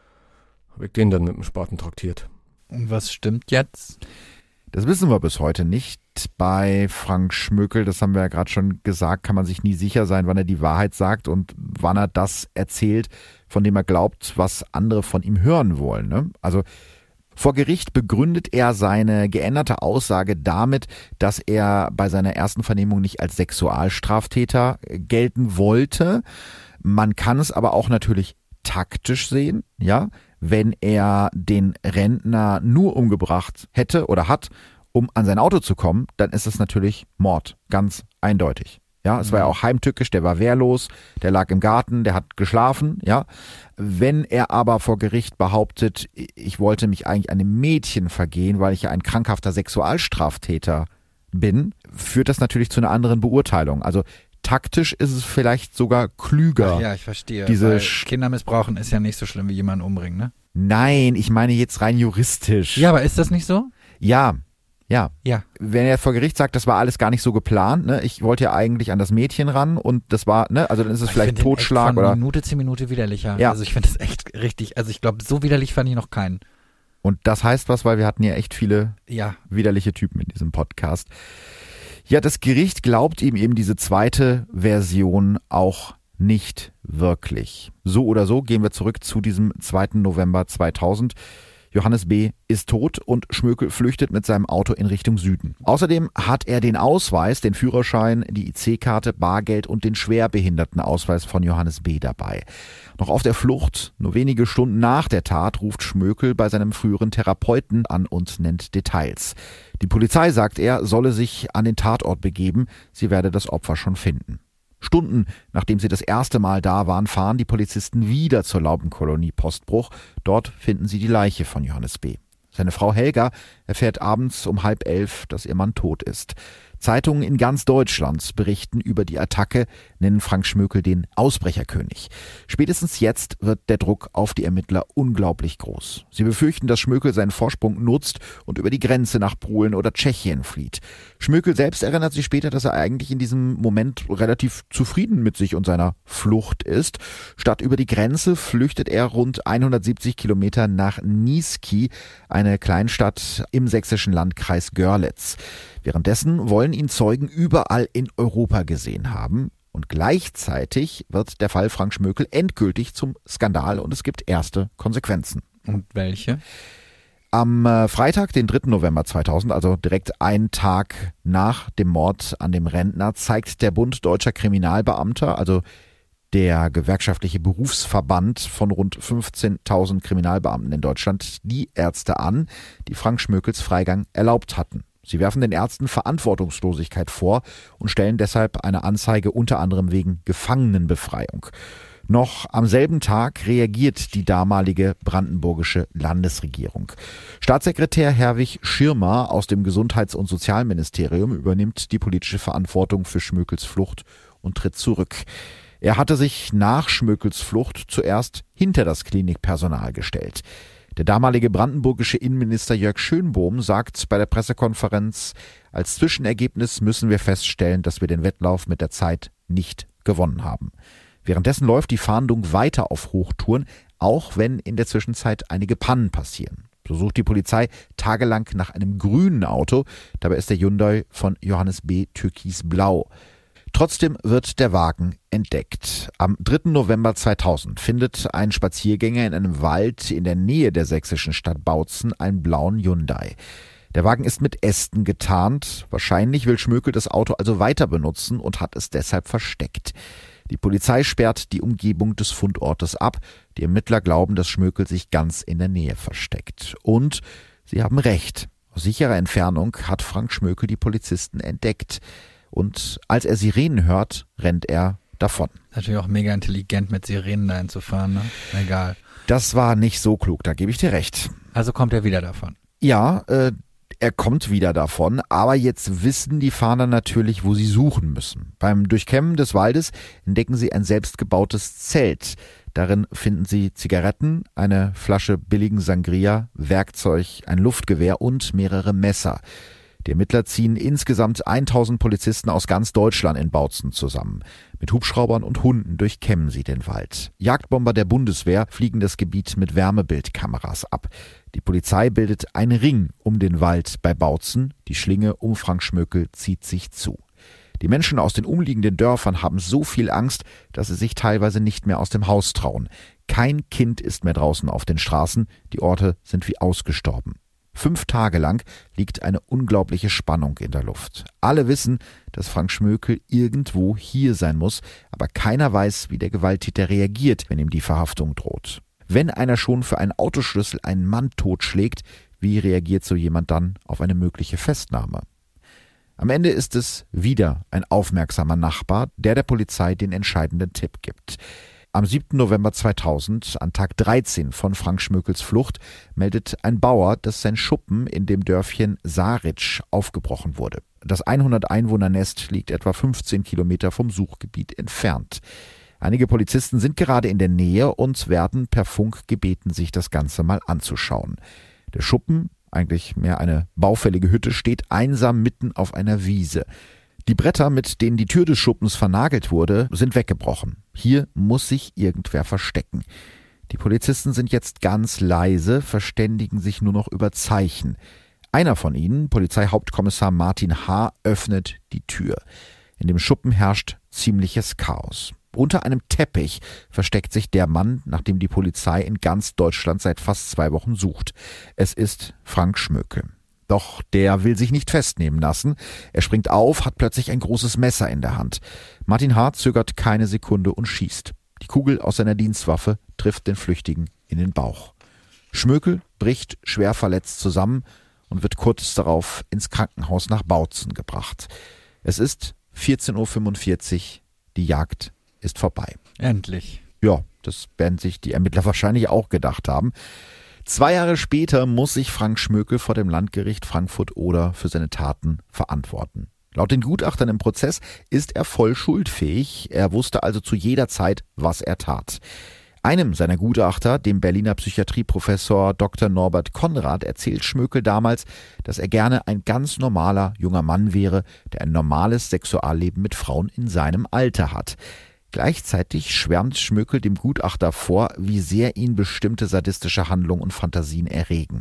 habe ich den dann mit dem Spaten traktiert. Und was stimmt jetzt? Das wissen wir bis heute nicht. Bei Frank Schmökel, das haben wir ja gerade schon gesagt, kann man sich nie sicher sein, wann er die Wahrheit sagt und wann er das erzählt, von dem er glaubt, was andere von ihm hören wollen. Ne? Also vor Gericht begründet er seine geänderte Aussage damit, dass er bei seiner ersten Vernehmung nicht als Sexualstraftäter gelten wollte. Man kann es aber auch natürlich taktisch sehen, ja, wenn er den Rentner nur umgebracht hätte oder hat, um an sein Auto zu kommen, dann ist es natürlich Mord, ganz eindeutig. Ja, es war ja auch heimtückisch, der war wehrlos, der lag im Garten, der hat geschlafen, ja. Wenn er aber vor Gericht behauptet, ich wollte mich eigentlich einem Mädchen vergehen, weil ich ja ein krankhafter Sexualstraftäter bin, führt das natürlich zu einer anderen Beurteilung. Also taktisch ist es vielleicht sogar klüger. Ach ja, ich verstehe. Diese weil Kinder missbrauchen ist ja nicht so schlimm wie jemanden umbringen, ne? Nein, ich meine jetzt rein juristisch. Ja, aber ist das nicht so? Ja, ja. Ja. Wenn er vor Gericht sagt, das war alles gar nicht so geplant, ne? Ich wollte ja eigentlich an das Mädchen ran und das war, ne? Also dann ist es Ich vielleicht find den Totschlag echt von oder. Minute zu Minute widerlicher. Ja. Also ich finde das echt richtig. Also ich glaube, so widerlich fand ich noch keinen. Und das heißt was, weil wir hatten ja echt viele Ja. widerliche Typen in diesem Podcast. Ja, das Gericht glaubt ihm eben diese zweite Version auch nicht wirklich. So oder so gehen wir zurück zu diesem zweiten November zweitausend. Johannes B. ist tot und Schmökel flüchtet mit seinem Auto in Richtung Süden. Außerdem hat er den Ausweis, den Führerschein, die I C-Karte, Bargeld und den Schwerbehindertenausweis von Johannes B. dabei. Noch auf der Flucht, nur wenige Stunden nach der Tat, ruft Schmökel bei seinem früheren Therapeuten an und nennt Details. Die Polizei, sagt er, solle sich an den Tatort begeben, sie werde das Opfer schon finden. Stunden nachdem sie das erste Mal da waren, fahren die Polizisten wieder zur Laubenkolonie Postbruch. Dort finden sie die Leiche von Johannes B. Seine Frau Helga erfährt abends um halb elf, dass ihr Mann tot ist. Zeitungen in ganz Deutschland berichten über die Attacke, nennen Frank Schmökel den Ausbrecherkönig. Spätestens jetzt wird der Druck auf die Ermittler unglaublich groß. Sie befürchten, dass Schmökel seinen Vorsprung nutzt und über die Grenze nach Polen oder Tschechien flieht. Schmökel selbst erinnert sich später, dass er eigentlich in diesem Moment relativ zufrieden mit sich und seiner Flucht ist. Statt über die Grenze flüchtet er rund hundertsiebzig Kilometer nach Niesky, eine Kleinstadt im sächsischen Landkreis Görlitz. Währenddessen wollen ihn Zeugen überall in Europa gesehen haben. Und gleichzeitig wird der Fall Frank Schmökel endgültig zum Skandal und es gibt erste Konsequenzen. Und welche? Am Freitag, den dritten November zweitausend, also direkt einen Tag nach dem Mord an dem Rentner, zeigt der Bund Deutscher Kriminalbeamter, also der gewerkschaftliche Berufsverband von rund fünfzehntausend Kriminalbeamten in Deutschland, die Ärzte an, die Frank Schmökels Freigang erlaubt hatten. Sie werfen den Ärzten Verantwortungslosigkeit vor und stellen deshalb eine Anzeige unter anderem wegen Gefangenenbefreiung. Noch am selben Tag reagiert die damalige brandenburgische Landesregierung. Staatssekretär Herwig Schirmer aus dem Gesundheits- und Sozialministerium übernimmt die politische Verantwortung für Schmökels Flucht und tritt zurück. Er hatte sich nach Schmökels Flucht zuerst hinter das Klinikpersonal gestellt. Der damalige brandenburgische Innenminister Jörg Schönbohm sagt bei der Pressekonferenz, als Zwischenergebnis müssen wir feststellen, dass wir den Wettlauf mit der Zeit nicht gewonnen haben. Währenddessen läuft die Fahndung weiter auf Hochtouren, auch wenn in der Zwischenzeit einige Pannen passieren. So sucht die Polizei tagelang nach einem grünen Auto, dabei ist der Hyundai von Johannes B. türkisblau. Trotzdem wird der Wagen entdeckt. Am dritten November zweitausend findet ein Spaziergänger in einem Wald in der Nähe der sächsischen Stadt Bautzen einen blauen Hyundai. Der Wagen ist mit Ästen getarnt. Wahrscheinlich will Schmökel das Auto also weiter benutzen und hat es deshalb versteckt. Die Polizei sperrt die Umgebung des Fundortes ab. Die Ermittler glauben, dass Schmökel sich ganz in der Nähe versteckt. Und sie haben recht. Aus sicherer Entfernung hat Frank Schmökel die Polizisten entdeckt. Und als er Sirenen hört, rennt er davon. Natürlich auch mega intelligent, mit Sirenen dahin zu fahren, ne? Egal. Das war nicht so klug, da gebe ich dir recht. Also kommt er wieder davon. Ja, äh, er kommt wieder davon, aber jetzt wissen die Fahnder natürlich, wo sie suchen müssen. Beim Durchkämmen des Waldes entdecken sie ein selbstgebautes Zelt. Darin finden sie Zigaretten, eine Flasche billigen Sangria, Werkzeug, ein Luftgewehr und mehrere Messer. Die Ermittler ziehen insgesamt tausend Polizisten aus ganz Deutschland in Bautzen zusammen. Mit Hubschraubern und Hunden durchkämmen sie den Wald. Jagdbomber der Bundeswehr fliegen das Gebiet mit Wärmebildkameras ab. Die Polizei bildet einen Ring um den Wald bei Bautzen. Die Schlinge um Frank Schmökel zieht sich zu. Die Menschen aus den umliegenden Dörfern haben so viel Angst, dass sie sich teilweise nicht mehr aus dem Haus trauen. Kein Kind ist mehr draußen auf den Straßen. Die Orte sind wie ausgestorben. Fünf Tage lang liegt eine unglaubliche Spannung in der Luft. Alle wissen, dass Frank Schmökel irgendwo hier sein muss, aber keiner weiß, wie der Gewalttäter reagiert, wenn ihm die Verhaftung droht. Wenn einer schon für einen Autoschlüssel einen Mann totschlägt, wie reagiert so jemand dann auf eine mögliche Festnahme? Am Ende ist es wieder ein aufmerksamer Nachbar, der der Polizei den entscheidenden Tipp gibt. Am siebten November zweitausend, an Tag dreizehn von Frank Schmökels Flucht, meldet ein Bauer, dass sein Schuppen in dem Dörfchen Saritsch aufgebrochen wurde. Das hundert-Einwohner-Nest liegt etwa fünfzehn Kilometer vom Suchgebiet entfernt. Einige Polizisten sind gerade in der Nähe und werden per Funk gebeten, sich das Ganze mal anzuschauen. Der Schuppen, eigentlich mehr eine baufällige Hütte, steht einsam mitten auf einer Wiese. Die Bretter, mit denen die Tür des Schuppens vernagelt wurde, sind weggebrochen. Hier muss sich irgendwer verstecken. Die Polizisten sind jetzt ganz leise, verständigen sich nur noch über Zeichen. Einer von ihnen, Polizeihauptkommissar Martin H., öffnet die Tür. In dem Schuppen herrscht ziemliches Chaos. Unter einem Teppich versteckt sich der Mann, nach dem die Polizei in ganz Deutschland seit fast zwei Wochen sucht. Es ist Frank Schmökel. Doch der will sich nicht festnehmen lassen. Er springt auf, hat plötzlich ein großes Messer in der Hand. Martin H. zögert keine Sekunde und schießt. Die Kugel aus seiner Dienstwaffe trifft den Flüchtigen in den Bauch. Schmökel bricht schwer verletzt zusammen und wird kurz darauf ins Krankenhaus nach Bautzen gebracht. Es ist vierzehn Uhr fünfundvierzig. Die Jagd ist vorbei. Endlich. Ja, das werden sich die Ermittler wahrscheinlich auch gedacht haben. Zwei Jahre später muss sich Frank Schmökel vor dem Landgericht Frankfurt-Oder für seine Taten verantworten. Laut den Gutachtern im Prozess ist er voll schuldfähig. Er wusste also zu jeder Zeit, was er tat. Einem seiner Gutachter, dem Berliner Psychiatrieprofessor Doktor Norbert Konrad, erzählt Schmökel damals, dass er gerne ein ganz normaler junger Mann wäre, der ein normales Sexualleben mit Frauen in seinem Alter hat. Gleichzeitig schwärmt Schmökel dem Gutachter vor, wie sehr ihn bestimmte sadistische Handlungen und Fantasien erregen.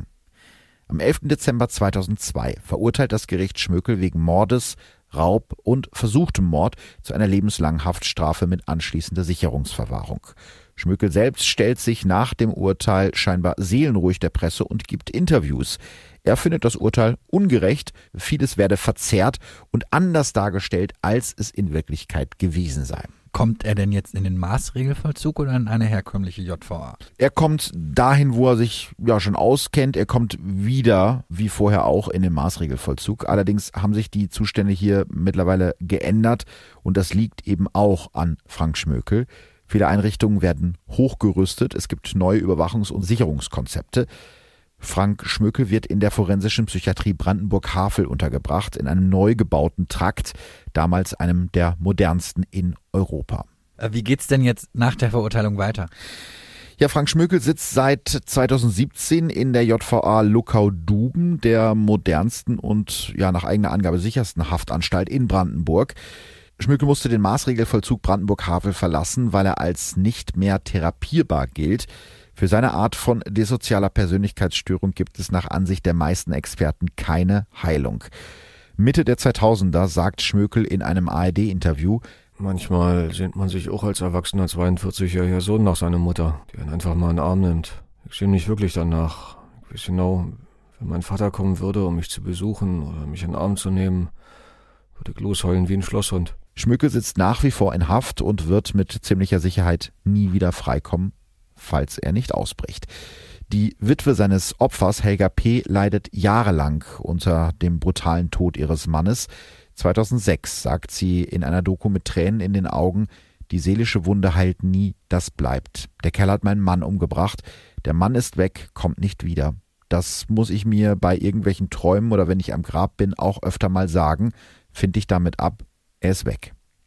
Am elften Dezember zweitausendzwei verurteilt das Gericht Schmökel wegen Mordes, Raub und versuchtem Mord zu einer lebenslangen Haftstrafe mit anschließender Sicherungsverwahrung. Schmökel selbst stellt sich nach dem Urteil scheinbar seelenruhig der Presse und gibt Interviews. Er findet das Urteil ungerecht, vieles werde verzerrt und anders dargestellt, als es in Wirklichkeit gewesen sei. Kommt er denn jetzt in den Maßregelvollzug oder in eine herkömmliche J V A? Er kommt dahin, wo er sich ja schon auskennt. Er kommt wieder, wie vorher auch, in den Maßregelvollzug. Allerdings haben sich die Zustände hier mittlerweile geändert und das liegt eben auch an Frank Schmökel. Viele Einrichtungen werden hochgerüstet. Es gibt neue Überwachungs- und Sicherungskonzepte. Frank Schmökel wird in der forensischen Psychiatrie Brandenburg-Havel untergebracht, in einem neu gebauten Trakt, damals einem der modernsten in Europa. Wie geht's denn jetzt nach der Verurteilung weiter? Ja, Frank Schmökel sitzt seit zweitausendsiebzehn in der J V A Luckau-Duben, der modernsten und ja nach eigener Angabe sichersten Haftanstalt in Brandenburg. Schmökel musste den Maßregelvollzug Brandenburg-Havel verlassen, weil er als nicht mehr therapierbar gilt. Für seine Art von dissozialer Persönlichkeitsstörung gibt es nach Ansicht der meisten Experten keine Heilung. Mitte der zweitausender sagt Schmökel in einem A R D-Interview: Manchmal sehnt man sich auch als erwachsener zweiundvierzigjähriger Sohn nach seiner Mutter, die ihn einfach mal in den Arm nimmt. Ich sehne mich wirklich danach. Ich weiß genau, wenn mein Vater kommen würde, um mich zu besuchen oder mich in den Arm zu nehmen, würde ich losheulen wie ein Schlosshund. Schmökel sitzt nach wie vor in Haft und wird mit ziemlicher Sicherheit nie wieder freikommen, falls er nicht ausbricht. Die Witwe seines Opfers, Helga P., leidet jahrelang unter dem brutalen Tod ihres Mannes. zweitausendsechs sagt sie in einer Doku mit Tränen in den Augen: Die seelische Wunde heilt nie, das bleibt. Der Kerl hat meinen Mann umgebracht. Der Mann ist weg, kommt nicht wieder. Das muss ich mir bei irgendwelchen Träumen oder wenn ich am Grab bin auch öfter mal sagen. Find dich damit ab, er ist weg.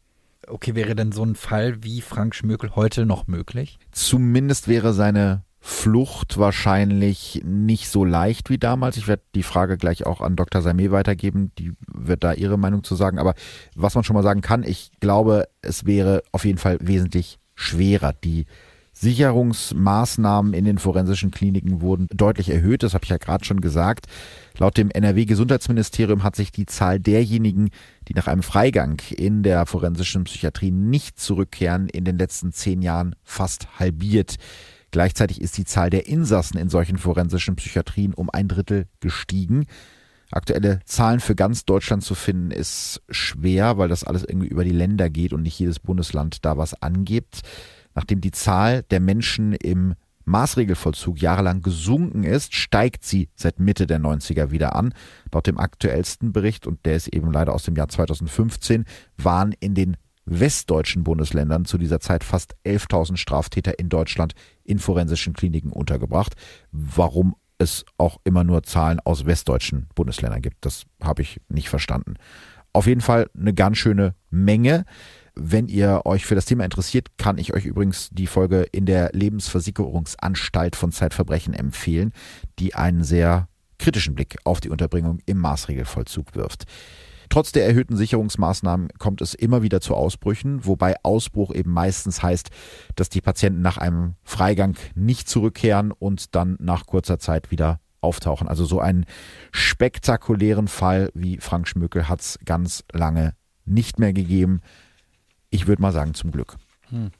Okay, wäre denn so ein Fall wie Frank Schmökel heute noch möglich? Zumindest wäre seine Flucht wahrscheinlich nicht so leicht wie damals. Ich werde die Frage gleich auch an Doktor Salmé weitergeben, die wird da ihre Meinung zu sagen. Aber was man schon mal sagen kann, ich glaube, es wäre auf jeden Fall wesentlich schwerer. Die Sicherungsmaßnahmen in den forensischen Kliniken wurden deutlich erhöht, das habe ich ja gerade schon gesagt. Laut dem N R W-Gesundheitsministerium hat sich die Zahl derjenigen, die nach einem Freigang in der forensischen Psychiatrie nicht zurückkehren, in den letzten zehn Jahren fast halbiert. Gleichzeitig ist die Zahl der Insassen in solchen forensischen Psychiatrien um ein Drittel gestiegen. Aktuelle Zahlen für ganz Deutschland zu finden ist schwer, weil das alles irgendwie über die Länder geht und nicht jedes Bundesland da was angibt. Nachdem die Zahl der Menschen im Maßregelvollzug jahrelang gesunken ist, steigt sie seit Mitte der neunziger wieder an. Laut dem aktuellsten Bericht, und der ist eben leider aus dem Jahr zweitausendfünfzehn, waren in den westdeutschen Bundesländern zu dieser Zeit fast elftausend Straftäter in Deutschland in forensischen Kliniken untergebracht. Warum es auch immer nur Zahlen aus westdeutschen Bundesländern gibt, das habe ich nicht verstanden. Auf jeden Fall eine ganz schöne Menge. Wenn ihr euch für das Thema interessiert, kann ich euch übrigens die Folge in der Lebensversicherungsanstalt von Zeitverbrechen empfehlen, die einen sehr kritischen Blick auf die Unterbringung im Maßregelvollzug wirft. Trotz der erhöhten Sicherungsmaßnahmen kommt es immer wieder zu Ausbrüchen, wobei Ausbruch eben meistens heißt, dass die Patienten nach einem Freigang nicht zurückkehren und dann nach kurzer Zeit wieder auftauchen. Also so einen spektakulären Fall wie Frank Schmökel hat es ganz lange nicht mehr gegeben. Ich würde mal sagen, zum Glück. Hm.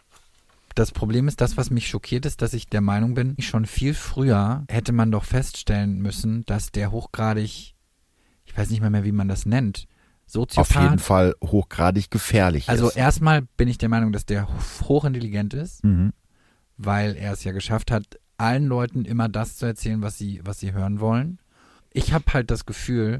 Das Problem ist, das, was mich schockiert ist, dass ich der Meinung bin, schon viel früher hätte man doch feststellen müssen, dass der hochgradig, ich weiß nicht mehr, mehr wie man das nennt, Soziopath. Auf jeden Fall hochgradig gefährlich also ist. Also erstmal bin ich der Meinung, dass der hochintelligent ist, Mhm. weil er es ja geschafft hat, allen Leuten immer das zu erzählen, was sie, was sie hören wollen. Ich habe halt das Gefühl,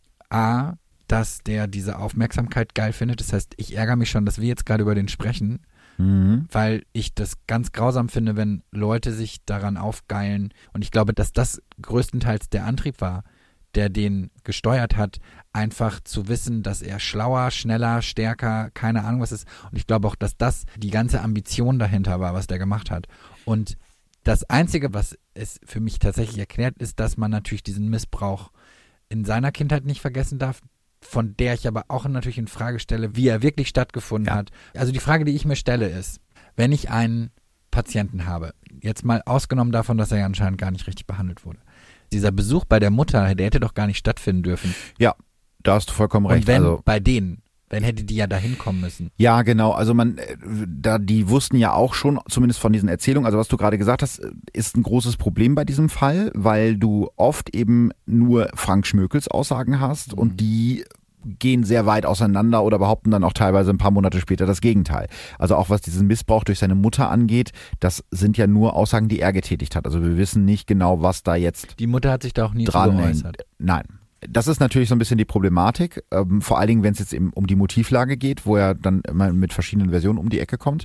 a, dass der diese Aufmerksamkeit geil findet. Das heißt, ich ärgere mich schon, dass wir jetzt gerade über den sprechen, Mhm. weil ich das ganz grausam finde, wenn Leute sich daran aufgeilen. Und ich glaube, dass das größtenteils der Antrieb war, der den gesteuert hat, einfach zu wissen, dass er schlauer, schneller, stärker, keine Ahnung was ist. Und ich glaube auch, dass das die ganze Ambition dahinter war, was der gemacht hat. Und das Einzige, was es für mich tatsächlich erklärt, ist, dass man natürlich diesen Missbrauch in seiner Kindheit nicht vergessen darf, von der ich aber auch natürlich in Frage stelle, wie er wirklich stattgefunden Ja. hat. Also die Frage, die ich mir stelle, ist, wenn ich einen Patienten habe, jetzt mal ausgenommen davon, dass er ja anscheinend gar nicht richtig behandelt wurde, dieser Besuch bei der Mutter, der hätte doch gar nicht stattfinden dürfen. Ja, da hast du vollkommen recht. Und wenn also, bei denen, dann hätte die ja da hinkommen müssen. ja, genau. Also man, äh, da die wussten ja auch schon, zumindest von diesen Erzählungen, also was du gerade gesagt hast, ist ein großes Problem bei diesem Fall, weil du oft eben nur Frank Schmökels Aussagen hast Mhm. und die gehen sehr weit auseinander oder behaupten dann auch teilweise ein paar Monate später das Gegenteil. Also auch was diesen Missbrauch durch seine Mutter angeht, das sind ja nur Aussagen, die er getätigt hat. Also wir wissen nicht genau, was da jetzt Die Mutter hat sich da auch nie zu dran geäußert. Nein. Das ist natürlich so ein bisschen die Problematik, ähm, vor allen Dingen, wenn es jetzt eben um die Motivlage geht, wo er dann immer mit verschiedenen Versionen um die Ecke kommt.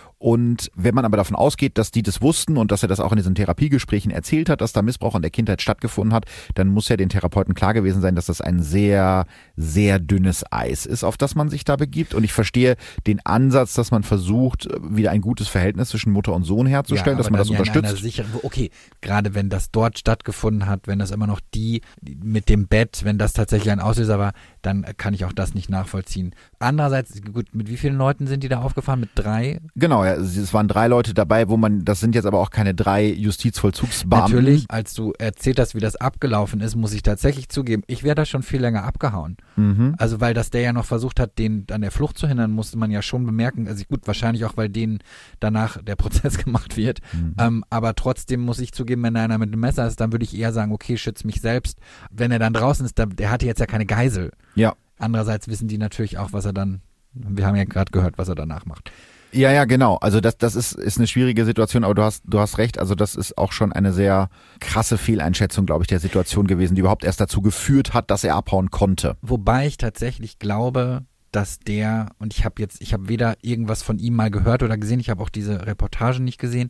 Und wenn man aber davon ausgeht, dass die das wussten und dass er das auch in diesen Therapiegesprächen erzählt hat, dass da Missbrauch in der Kindheit stattgefunden hat, dann muss ja den Therapeuten klar gewesen sein, dass das ein sehr, sehr dünnes Eis ist, auf das man sich da begibt. Und ich verstehe den Ansatz, dass man versucht, wieder ein gutes Verhältnis zwischen Mutter und Sohn herzustellen, dass aber man das dann ja in einer unterstützt. sicheren, okay, gerade wenn das dort stattgefunden hat, wenn das immer noch die, die mit dem Bett, wenn das tatsächlich ein Auslöser war, dann kann ich auch das nicht nachvollziehen. Andererseits, gut, mit wie vielen Leuten sind die da aufgefahren? Mit drei? Genau, ja, es waren drei Leute dabei, wo man, das sind jetzt aber auch keine drei Justizvollzugsbeamten. Natürlich, als du erzählt hast, wie das abgelaufen ist, muss ich tatsächlich zugeben, ich wäre da schon viel länger abgehauen. Mhm. Also weil das der ja noch versucht hat, den an der Flucht zu hindern, musste man ja schon bemerken, also gut, wahrscheinlich auch, weil denen danach der Prozess gemacht wird, Mhm. ähm, aber trotzdem muss ich zugeben, wenn einer mit einem Messer ist, dann würde ich eher sagen, okay, schütz mich selbst. Wenn er dann draußen ist, der, der hatte jetzt ja keine Geisel. Ja. Andererseits wissen die natürlich auch, was er dann, wir haben ja gerade gehört, was er danach macht. Ja, ja, genau. Also das, das ist, ist eine schwierige Situation, aber du hast, du hast recht. Also das ist auch schon eine sehr krasse Fehleinschätzung, glaube ich, der Situation gewesen, die überhaupt erst dazu geführt hat, dass er abhauen konnte. Wobei ich tatsächlich glaube, dass der, und ich habe jetzt, ich habe weder irgendwas von ihm mal gehört oder gesehen, ich habe auch diese Reportage nicht gesehen,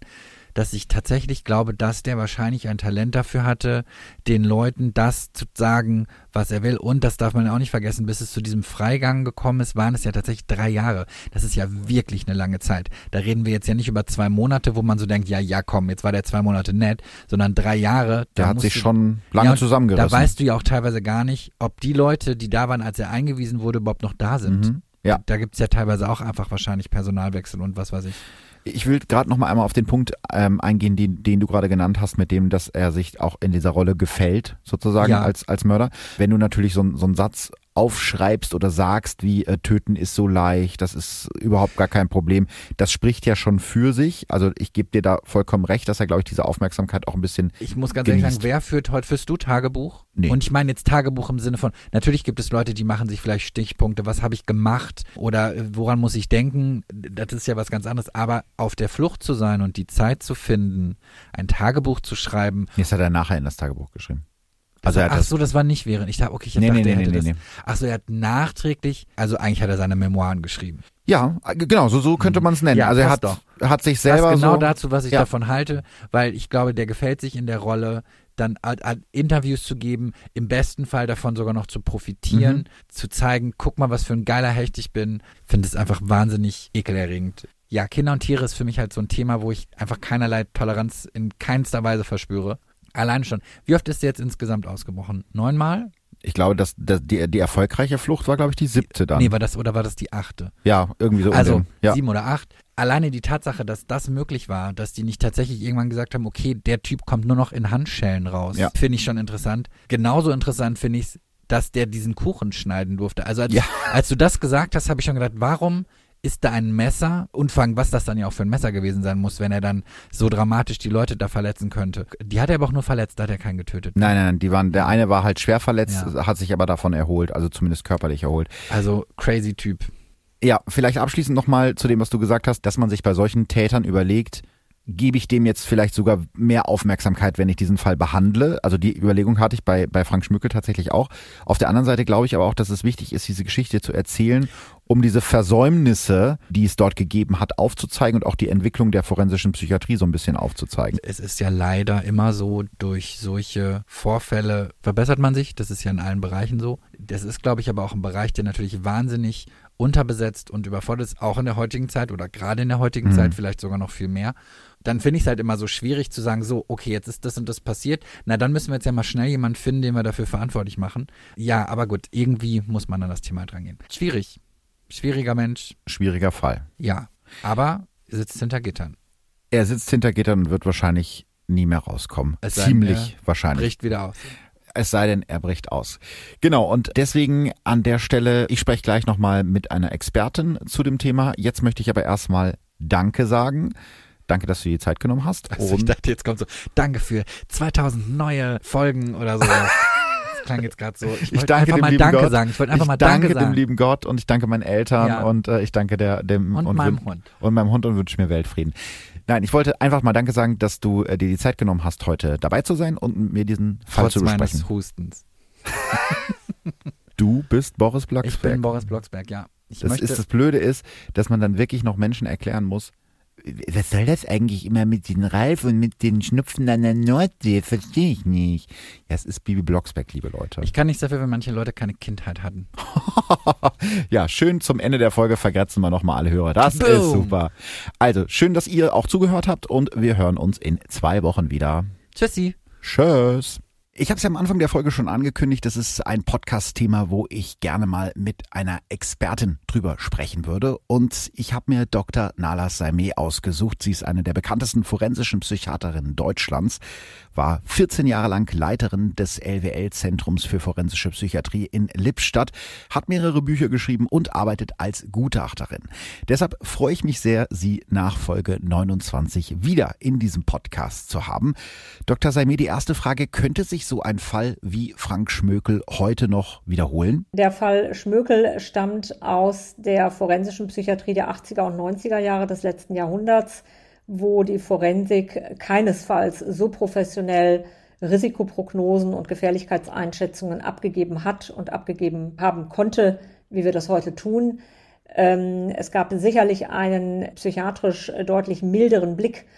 dass ich tatsächlich glaube, dass der wahrscheinlich ein Talent dafür hatte, den Leuten das zu sagen, was er will. Und das darf man auch nicht vergessen, bis es zu diesem Freigang gekommen ist, waren es ja tatsächlich drei Jahre. Das ist ja wirklich eine lange Zeit. Da reden wir jetzt ja nicht über zwei Monate, wo man so denkt, ja, ja, komm, jetzt war der zwei Monate nett, sondern drei Jahre. Der hat sich schon lange ja, zusammengerissen. Da weißt du ja auch teilweise gar nicht, ob die Leute, die da waren, als er eingewiesen wurde, überhaupt noch da sind. Mhm. Ja. Da gibt's ja teilweise auch einfach wahrscheinlich Personalwechsel und was weiß ich. Ich will gerade noch mal einmal auf den Punkt ähm, eingehen, den, den du gerade genannt hast, mit dem, dass er sich auch in dieser Rolle gefällt, sozusagen, ja. als, als Mörder. Wenn du natürlich so, so einen Satz aufschreibst oder sagst, wie äh, töten ist so leicht, das ist überhaupt gar kein Problem. Das spricht ja schon für sich. Also ich gebe dir da vollkommen recht, dass er, glaube ich, diese Aufmerksamkeit auch ein bisschen Ich muss ganz genießt. ehrlich sagen, wer führt heute, führst du Tagebuch? Nee. Und ich meine jetzt Tagebuch im Sinne von, natürlich gibt es Leute, die machen sich vielleicht Stichpunkte, was habe ich gemacht oder äh, woran muss ich denken, das ist ja was ganz anderes, aber auf der Flucht zu sein und die Zeit zu finden, ein Tagebuch zu schreiben. Jetzt hat er nachher in das Tagebuch geschrieben. Also er hat Ach das so, das war nicht während. Ich dachte, okay, ich Nee, dachte, nee, nee, er hätte nee, das. nee. Ach so, er hat nachträglich, also eigentlich hat er seine Memoiren geschrieben. Ja, genau, so, so könnte man es nennen. Ja, also er hat, passt hat sich Das selber genau so... dazu, was ich ja. davon halte, weil ich glaube, der gefällt sich in der Rolle, dann ad, ad Interviews zu geben, im besten Fall davon sogar noch zu profitieren, Mhm. zu zeigen, guck mal, was für ein geiler Hecht ich bin. Finde es einfach wahnsinnig ekelerregend. Ja, Kinder und Tiere ist für mich halt so ein Thema, wo ich einfach keinerlei Toleranz in keinster Weise verspüre. Allein schon. Wie oft ist der jetzt insgesamt ausgebrochen? Neunmal? Ich glaube, dass, dass die, die erfolgreiche Flucht war, glaube ich, die siebte dann. Nee, war das, oder war das die achte? Ja, irgendwie so. um Also den, ja. sieben oder acht. Alleine die Tatsache, dass das möglich war, dass die nicht tatsächlich irgendwann gesagt haben, okay, der Typ kommt nur noch in Handschellen raus, Ja. finde ich schon interessant. Genauso interessant finde ich es, dass der diesen Kuchen schneiden durfte. Also als, Ja. als du das gesagt hast, habe ich schon gedacht, warum ist da ein Messer und vor allem, was das dann ja auch für ein Messer gewesen sein muss, wenn er dann so dramatisch die Leute da verletzen könnte. Die hat er aber auch nur verletzt, da hat er keinen getötet. Nein, nein, nein, die waren, der eine war halt schwer verletzt, Ja. hat sich aber davon erholt, also zumindest körperlich erholt. Also crazy Typ. Ja, vielleicht abschließend nochmal zu dem, was du gesagt hast, dass man sich bei solchen Tätern überlegt, gebe ich dem jetzt vielleicht sogar mehr Aufmerksamkeit, wenn ich diesen Fall behandle. Also die Überlegung hatte ich bei, bei Frank Schmückel tatsächlich auch. Auf der anderen Seite glaube ich aber auch, dass es wichtig ist, diese Geschichte zu erzählen, um diese Versäumnisse, die es dort gegeben hat, aufzuzeigen und auch die Entwicklung der forensischen Psychiatrie so ein bisschen aufzuzeigen. Es ist ja leider immer so, durch solche Vorfälle verbessert man sich. Das ist ja in allen Bereichen so. Das ist, glaube ich, aber auch ein Bereich, der natürlich wahnsinnig unterbesetzt und überfordert ist, auch in der heutigen Zeit oder gerade in der heutigen Mhm. Zeit, vielleicht sogar noch viel mehr. Dann finde ich es halt immer so schwierig zu sagen, so, okay, jetzt ist das und das passiert. Na, dann müssen wir jetzt ja mal schnell jemanden finden, den wir dafür verantwortlich machen. Ja, aber gut, irgendwie muss man an das Thema drangehen. Schwierig. Schwieriger Mensch, Schwieriger Fall. ja. Aber sitzt hinter Gittern. Er sitzt hinter Gittern und wird wahrscheinlich nie mehr rauskommen. Es sei denn, Ziemlich wahrscheinlich. Bricht wieder aus. Es sei denn, er bricht aus. Genau, und deswegen an der Stelle, ich spreche gleich nochmal mit einer Expertin zu dem Thema. Jetzt möchte ich aber erstmal Danke sagen. Danke, dass du dir die Zeit genommen hast. Also ich dachte, jetzt kommt so, danke für zweitausend neue Folgen oder so. Das klang jetzt gerade so. Ich Ich wollte danke einfach dem mal lieben Danke Gott. sagen. Ich wollte einfach ich mal danke Danke sagen. dem lieben Gott und ich danke meinen Eltern Ja. und äh, ich danke der, dem Und meinem Hund. und meinem Hund und wünsche mir Weltfrieden. Nein, ich wollte einfach mal Danke sagen, dass du äh, dir die Zeit genommen hast, heute dabei zu sein und mit mir diesen Fall Trotz zu besprechen. meines Hustens. Du bist Boris Blocksberg. Ich bin Boris Blocksberg, ja. Ich Das möchte, ist das Blöde ist, dass man dann wirklich noch Menschen erklären muss, was soll das eigentlich immer mit den Ralf und mit den Schnupfen an der Nordsee? Verstehe ich nicht. Ja, es ist Bibi Blocksberg, liebe Leute. ich kann nichts dafür, wenn manche Leute keine Kindheit hatten. Ja, schön zum Ende der Folge vergratzen wir nochmal alle Hörer. Das Boom. ist super. Also, schön, dass ihr auch zugehört habt und wir hören uns in zwei Wochen wieder. Tschüssi. Tschüss. Ich habe es ja am Anfang der Folge schon angekündigt, das ist ein Podcast-Thema, wo ich gerne mal mit einer Expertin drüber sprechen würde. Und ich habe mir Doktor Nalas Saimeh ausgesucht. Sie ist eine der bekanntesten forensischen Psychiaterinnen Deutschlands, war vierzehn Jahre lang Leiterin des L W L-Zentrums für forensische Psychiatrie in Lippstadt, hat mehrere Bücher geschrieben und arbeitet als Gutachterin. Deshalb freue ich mich sehr, Sie nach Folge neunundzwanzig wieder in diesem Podcast zu haben. Doktor Saimeh, die erste Frage, könnte sich so ein Fall wie Frank Schmökel heute noch wiederholen? Der Fall Schmökel stammt aus der forensischen Psychiatrie der achtziger und neunziger Jahre des letzten Jahrhunderts, wo die Forensik keinesfalls so professionell Risikoprognosen und Gefährlichkeitseinschätzungen abgegeben hat und abgegeben haben konnte, wie wir das heute tun. Es gab sicherlich einen psychiatrisch deutlich milderen Blick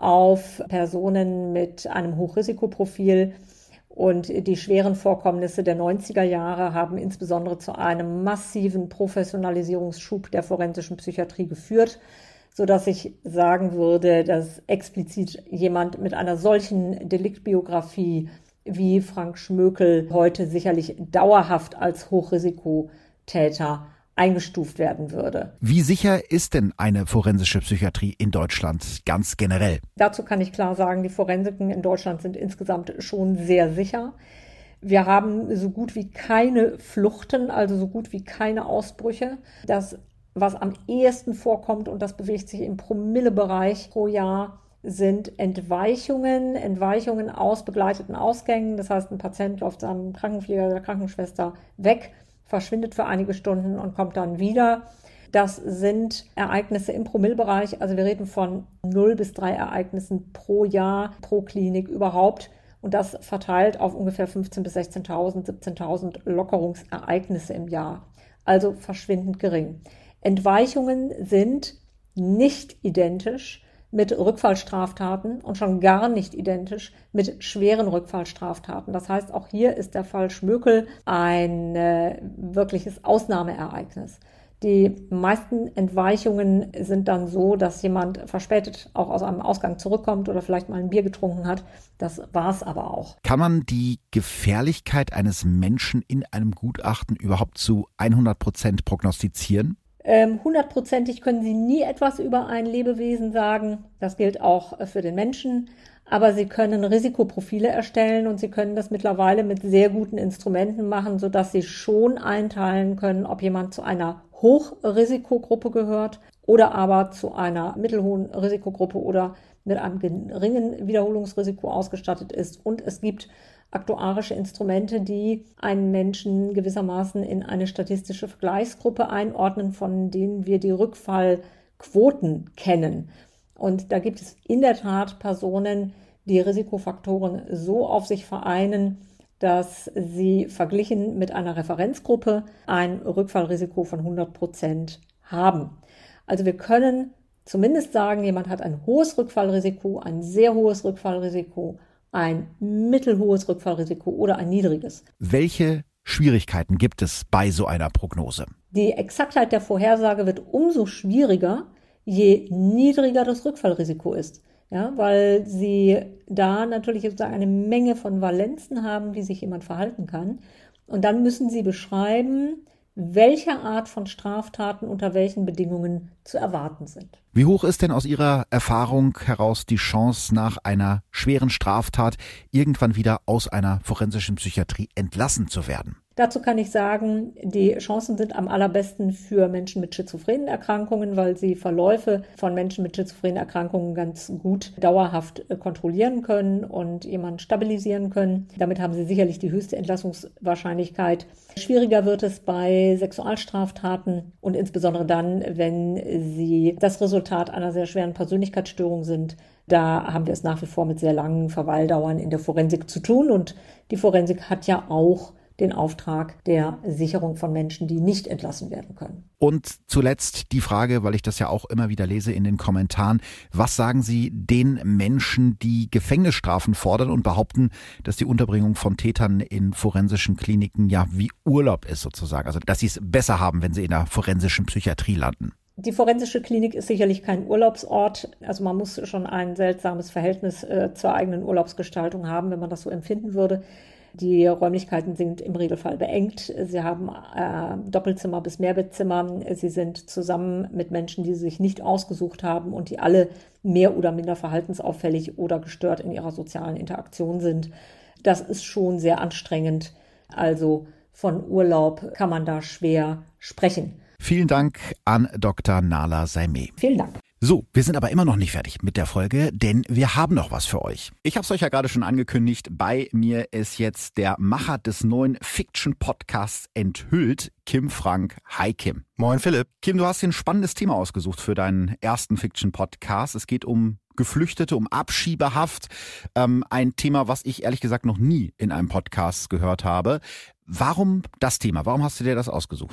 auf Personen mit einem Hochrisikoprofil. Und die schweren Vorkommnisse der neunziger Jahre haben insbesondere zu einem massiven Professionalisierungsschub der forensischen Psychiatrie geführt, sodass ich sagen würde, dass explizit jemand mit einer solchen Deliktbiografie wie Frank Schmökel heute sicherlich dauerhaft als Hochrisikotäter eingestuft werden würde. Wie sicher ist denn eine forensische Psychiatrie in Deutschland ganz generell? Dazu kann ich klar sagen, die Forensiken in Deutschland sind insgesamt schon sehr sicher. Wir haben so gut wie keine Fluchten, also so gut wie keine Ausbrüche. Das, was am ehesten vorkommt, und das bewegt sich im Promillebereich pro Jahr, sind Entweichungen, Entweichungen aus begleiteten Ausgängen. Das heißt, ein Patient läuft seinem Krankenpfleger oder der Krankenschwester weg, verschwindet für einige Stunden und kommt dann wieder. Das sind Ereignisse im Promillebereich. Also wir reden von null bis drei Ereignissen pro Jahr, pro Klinik überhaupt. Und das verteilt auf ungefähr fünfzehntausend bis sechzehntausend, siebzehntausend Lockerungsereignisse im Jahr. Also verschwindend gering. Entweichungen sind nicht identisch mit Rückfallstraftaten und schon gar nicht identisch mit schweren Rückfallstraftaten. Das heißt, auch hier ist der Fall Schmökel ein äh, wirkliches Ausnahmeereignis. Die meisten Entweichungen sind dann so, dass jemand verspätet auch aus einem Ausgang zurückkommt oder vielleicht mal ein Bier getrunken hat. Das war's aber auch. Kann man die Gefährlichkeit eines Menschen in einem Gutachten überhaupt zu hundert Prozent prognostizieren? Hundertprozentig können Sie nie etwas über ein Lebewesen sagen. Das gilt auch für den Menschen. Aber Sie können Risikoprofile erstellen und Sie können das mittlerweile mit sehr guten Instrumenten machen, sodass Sie schon einteilen können, ob jemand zu einer Hochrisikogruppe gehört oder aber zu einer mittelhohen Risikogruppe oder mit einem geringen Wiederholungsrisiko ausgestattet ist. Und es gibt aktuarische Instrumente, die einen Menschen gewissermaßen in eine statistische Vergleichsgruppe einordnen, von denen wir die Rückfallquoten kennen. Und da gibt es in der Tat Personen, die Risikofaktoren so auf sich vereinen, dass sie verglichen mit einer Referenzgruppe ein Rückfallrisiko von hundert Prozent haben. Also wir können zumindest sagen, jemand hat ein hohes Rückfallrisiko, ein sehr hohes Rückfallrisiko, ein mittelhohes Rückfallrisiko oder ein niedriges. Welche Schwierigkeiten gibt es bei so einer Prognose? Die Exaktheit der Vorhersage wird umso schwieriger, je niedriger das Rückfallrisiko ist. Ja, weil Sie da natürlich sozusagen eine Menge von Valenzen haben, wie sich jemand verhalten kann. Und dann müssen Sie beschreiben, welche Art von Straftaten unter welchen Bedingungen zu erwarten sind. Wie hoch ist denn aus Ihrer Erfahrung heraus die Chance, nach einer schweren Straftat irgendwann wieder aus einer forensischen Psychiatrie entlassen zu werden? Dazu kann ich sagen, die Chancen sind am allerbesten für Menschen mit schizophrenen Erkrankungen, weil sie Verläufe von Menschen mit schizophrenen Erkrankungen ganz gut dauerhaft kontrollieren können und jemanden stabilisieren können. Damit haben sie sicherlich die höchste Entlassungswahrscheinlichkeit. Schwieriger wird es bei Sexualstraftaten und insbesondere dann, wenn sie das Resultat einer sehr schweren Persönlichkeitsstörung sind. Da haben wir es nach wie vor mit sehr langen Verweildauern in der Forensik zu tun und die Forensik hat ja auch den Auftrag der Sicherung von Menschen, die nicht entlassen werden können. Und zuletzt die Frage, weil ich das ja auch immer wieder lese in den Kommentaren, was sagen Sie den Menschen, die Gefängnisstrafen fordern und behaupten, dass die Unterbringung von Tätern in forensischen Kliniken ja wie Urlaub ist sozusagen, also dass sie es besser haben, wenn sie in der forensischen Psychiatrie landen? Die forensische Klinik ist sicherlich kein Urlaubsort. Also man muss schon ein seltsames Verhältnis äh, zur eigenen Urlaubsgestaltung haben, wenn man das so empfinden würde. Die Räumlichkeiten sind im Regelfall beengt. Sie haben äh, Doppelzimmer bis Mehrbettzimmer. Sie sind zusammen mit Menschen, die sie sich nicht ausgesucht haben und die alle mehr oder minder verhaltensauffällig oder gestört in ihrer sozialen Interaktion sind. Das ist schon sehr anstrengend. Also von Urlaub kann man da schwer sprechen. Vielen Dank an Doktor Nahla Saimeh. Vielen Dank. So, wir sind aber immer noch nicht fertig mit der Folge, denn wir haben noch was für euch. Ich habe es euch ja gerade schon angekündigt, bei mir ist jetzt der Macher des neuen Fiction-Podcasts Enthüllt, Kim Frank. Hi Kim. Moin Philipp. Kim, du hast dir ein spannendes Thema ausgesucht für deinen ersten Fiction-Podcast. Es geht um Geflüchtete, um Abschiebehaft. Ähm, ein Thema, was ich ehrlich gesagt noch nie in einem Podcast gehört habe. Warum das Thema? Warum hast du dir das ausgesucht?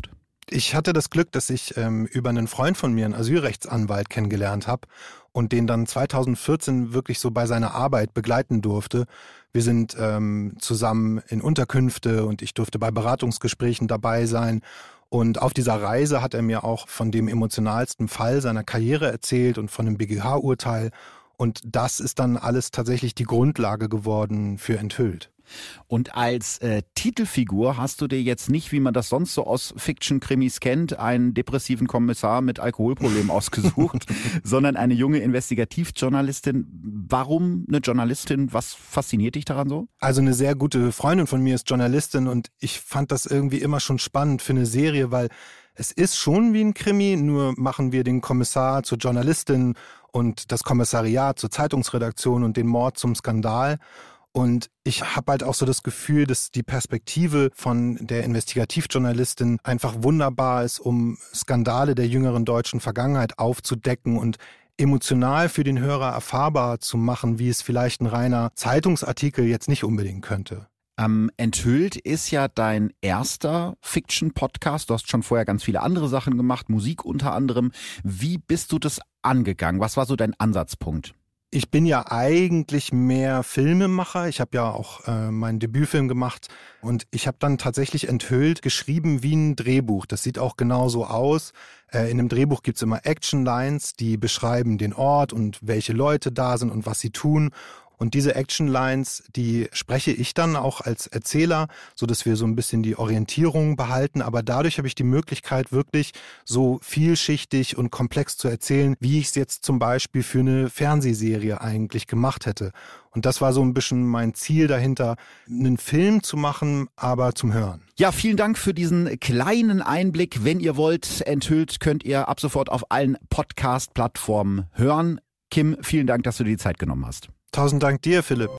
Ich hatte das Glück, dass ich ähm, über einen Freund von mir, einen Asylrechtsanwalt, kennengelernt habe und den dann zweitausendvierzehn wirklich so bei seiner Arbeit begleiten durfte. Wir sind ähm, zusammen in Unterkünfte und ich durfte bei Beratungsgesprächen dabei sein. Und auf dieser Reise hat er mir auch von dem emotionalsten Fall seiner Karriere erzählt und von dem B G H-Urteil. Und das ist dann alles tatsächlich die Grundlage geworden für Enthüllt. Und als äh, Titelfigur hast du dir jetzt nicht, wie man das sonst so aus Fiction-Krimis kennt, einen depressiven Kommissar mit Alkoholproblemen ausgesucht, sondern eine junge Investigativjournalistin. Warum eine Journalistin? Was fasziniert dich daran so? Also eine sehr gute Freundin von mir ist Journalistin und ich fand das irgendwie immer schon spannend für eine Serie, weil es ist schon wie ein Krimi, nur machen wir den Kommissar zur Journalistin und das Kommissariat zur Zeitungsredaktion und den Mord zum Skandal. Und ich habe halt auch so das Gefühl, dass die Perspektive von der Investigativjournalistin einfach wunderbar ist, um Skandale der jüngeren deutschen Vergangenheit aufzudecken und emotional für den Hörer erfahrbar zu machen, wie es vielleicht ein reiner Zeitungsartikel jetzt nicht unbedingt könnte. Ähm, Enthüllt ist ja dein erster Fiction-Podcast. Du hast schon vorher ganz viele andere Sachen gemacht, Musik unter anderem. Wie bist du das angegangen? Was war so dein Ansatzpunkt? Ich bin ja eigentlich mehr Filmemacher. Ich habe ja auch äh, meinen Debütfilm gemacht und ich habe dann tatsächlich Enthüllt geschrieben wie ein Drehbuch. Das sieht auch genauso aus. Äh, in einem Drehbuch gibt's immer Action-Lines, die beschreiben den Ort und welche Leute da sind und was sie tun. Und diese Action-Lines, die spreche ich dann auch als Erzähler, so dass wir so ein bisschen die Orientierung behalten. Aber dadurch habe ich die Möglichkeit, wirklich so vielschichtig und komplex zu erzählen, wie ich es jetzt zum Beispiel für eine Fernsehserie eigentlich gemacht hätte. Und das war so ein bisschen mein Ziel dahinter, einen Film zu machen, aber zum Hören. Ja, vielen Dank für diesen kleinen Einblick. Wenn ihr wollt, Enthüllt könnt ihr ab sofort auf allen Podcast-Plattformen hören. Kim, vielen Dank, dass du dir die Zeit genommen hast. Tausend Dank dir, Philipp.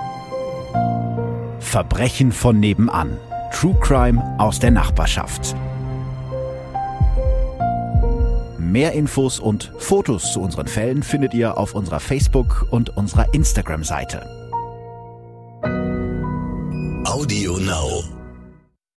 Verbrechen von nebenan. True Crime aus der Nachbarschaft. Mehr Infos und Fotos zu unseren Fällen findet ihr auf unserer Facebook- und unserer Instagram-Seite. Audio Now.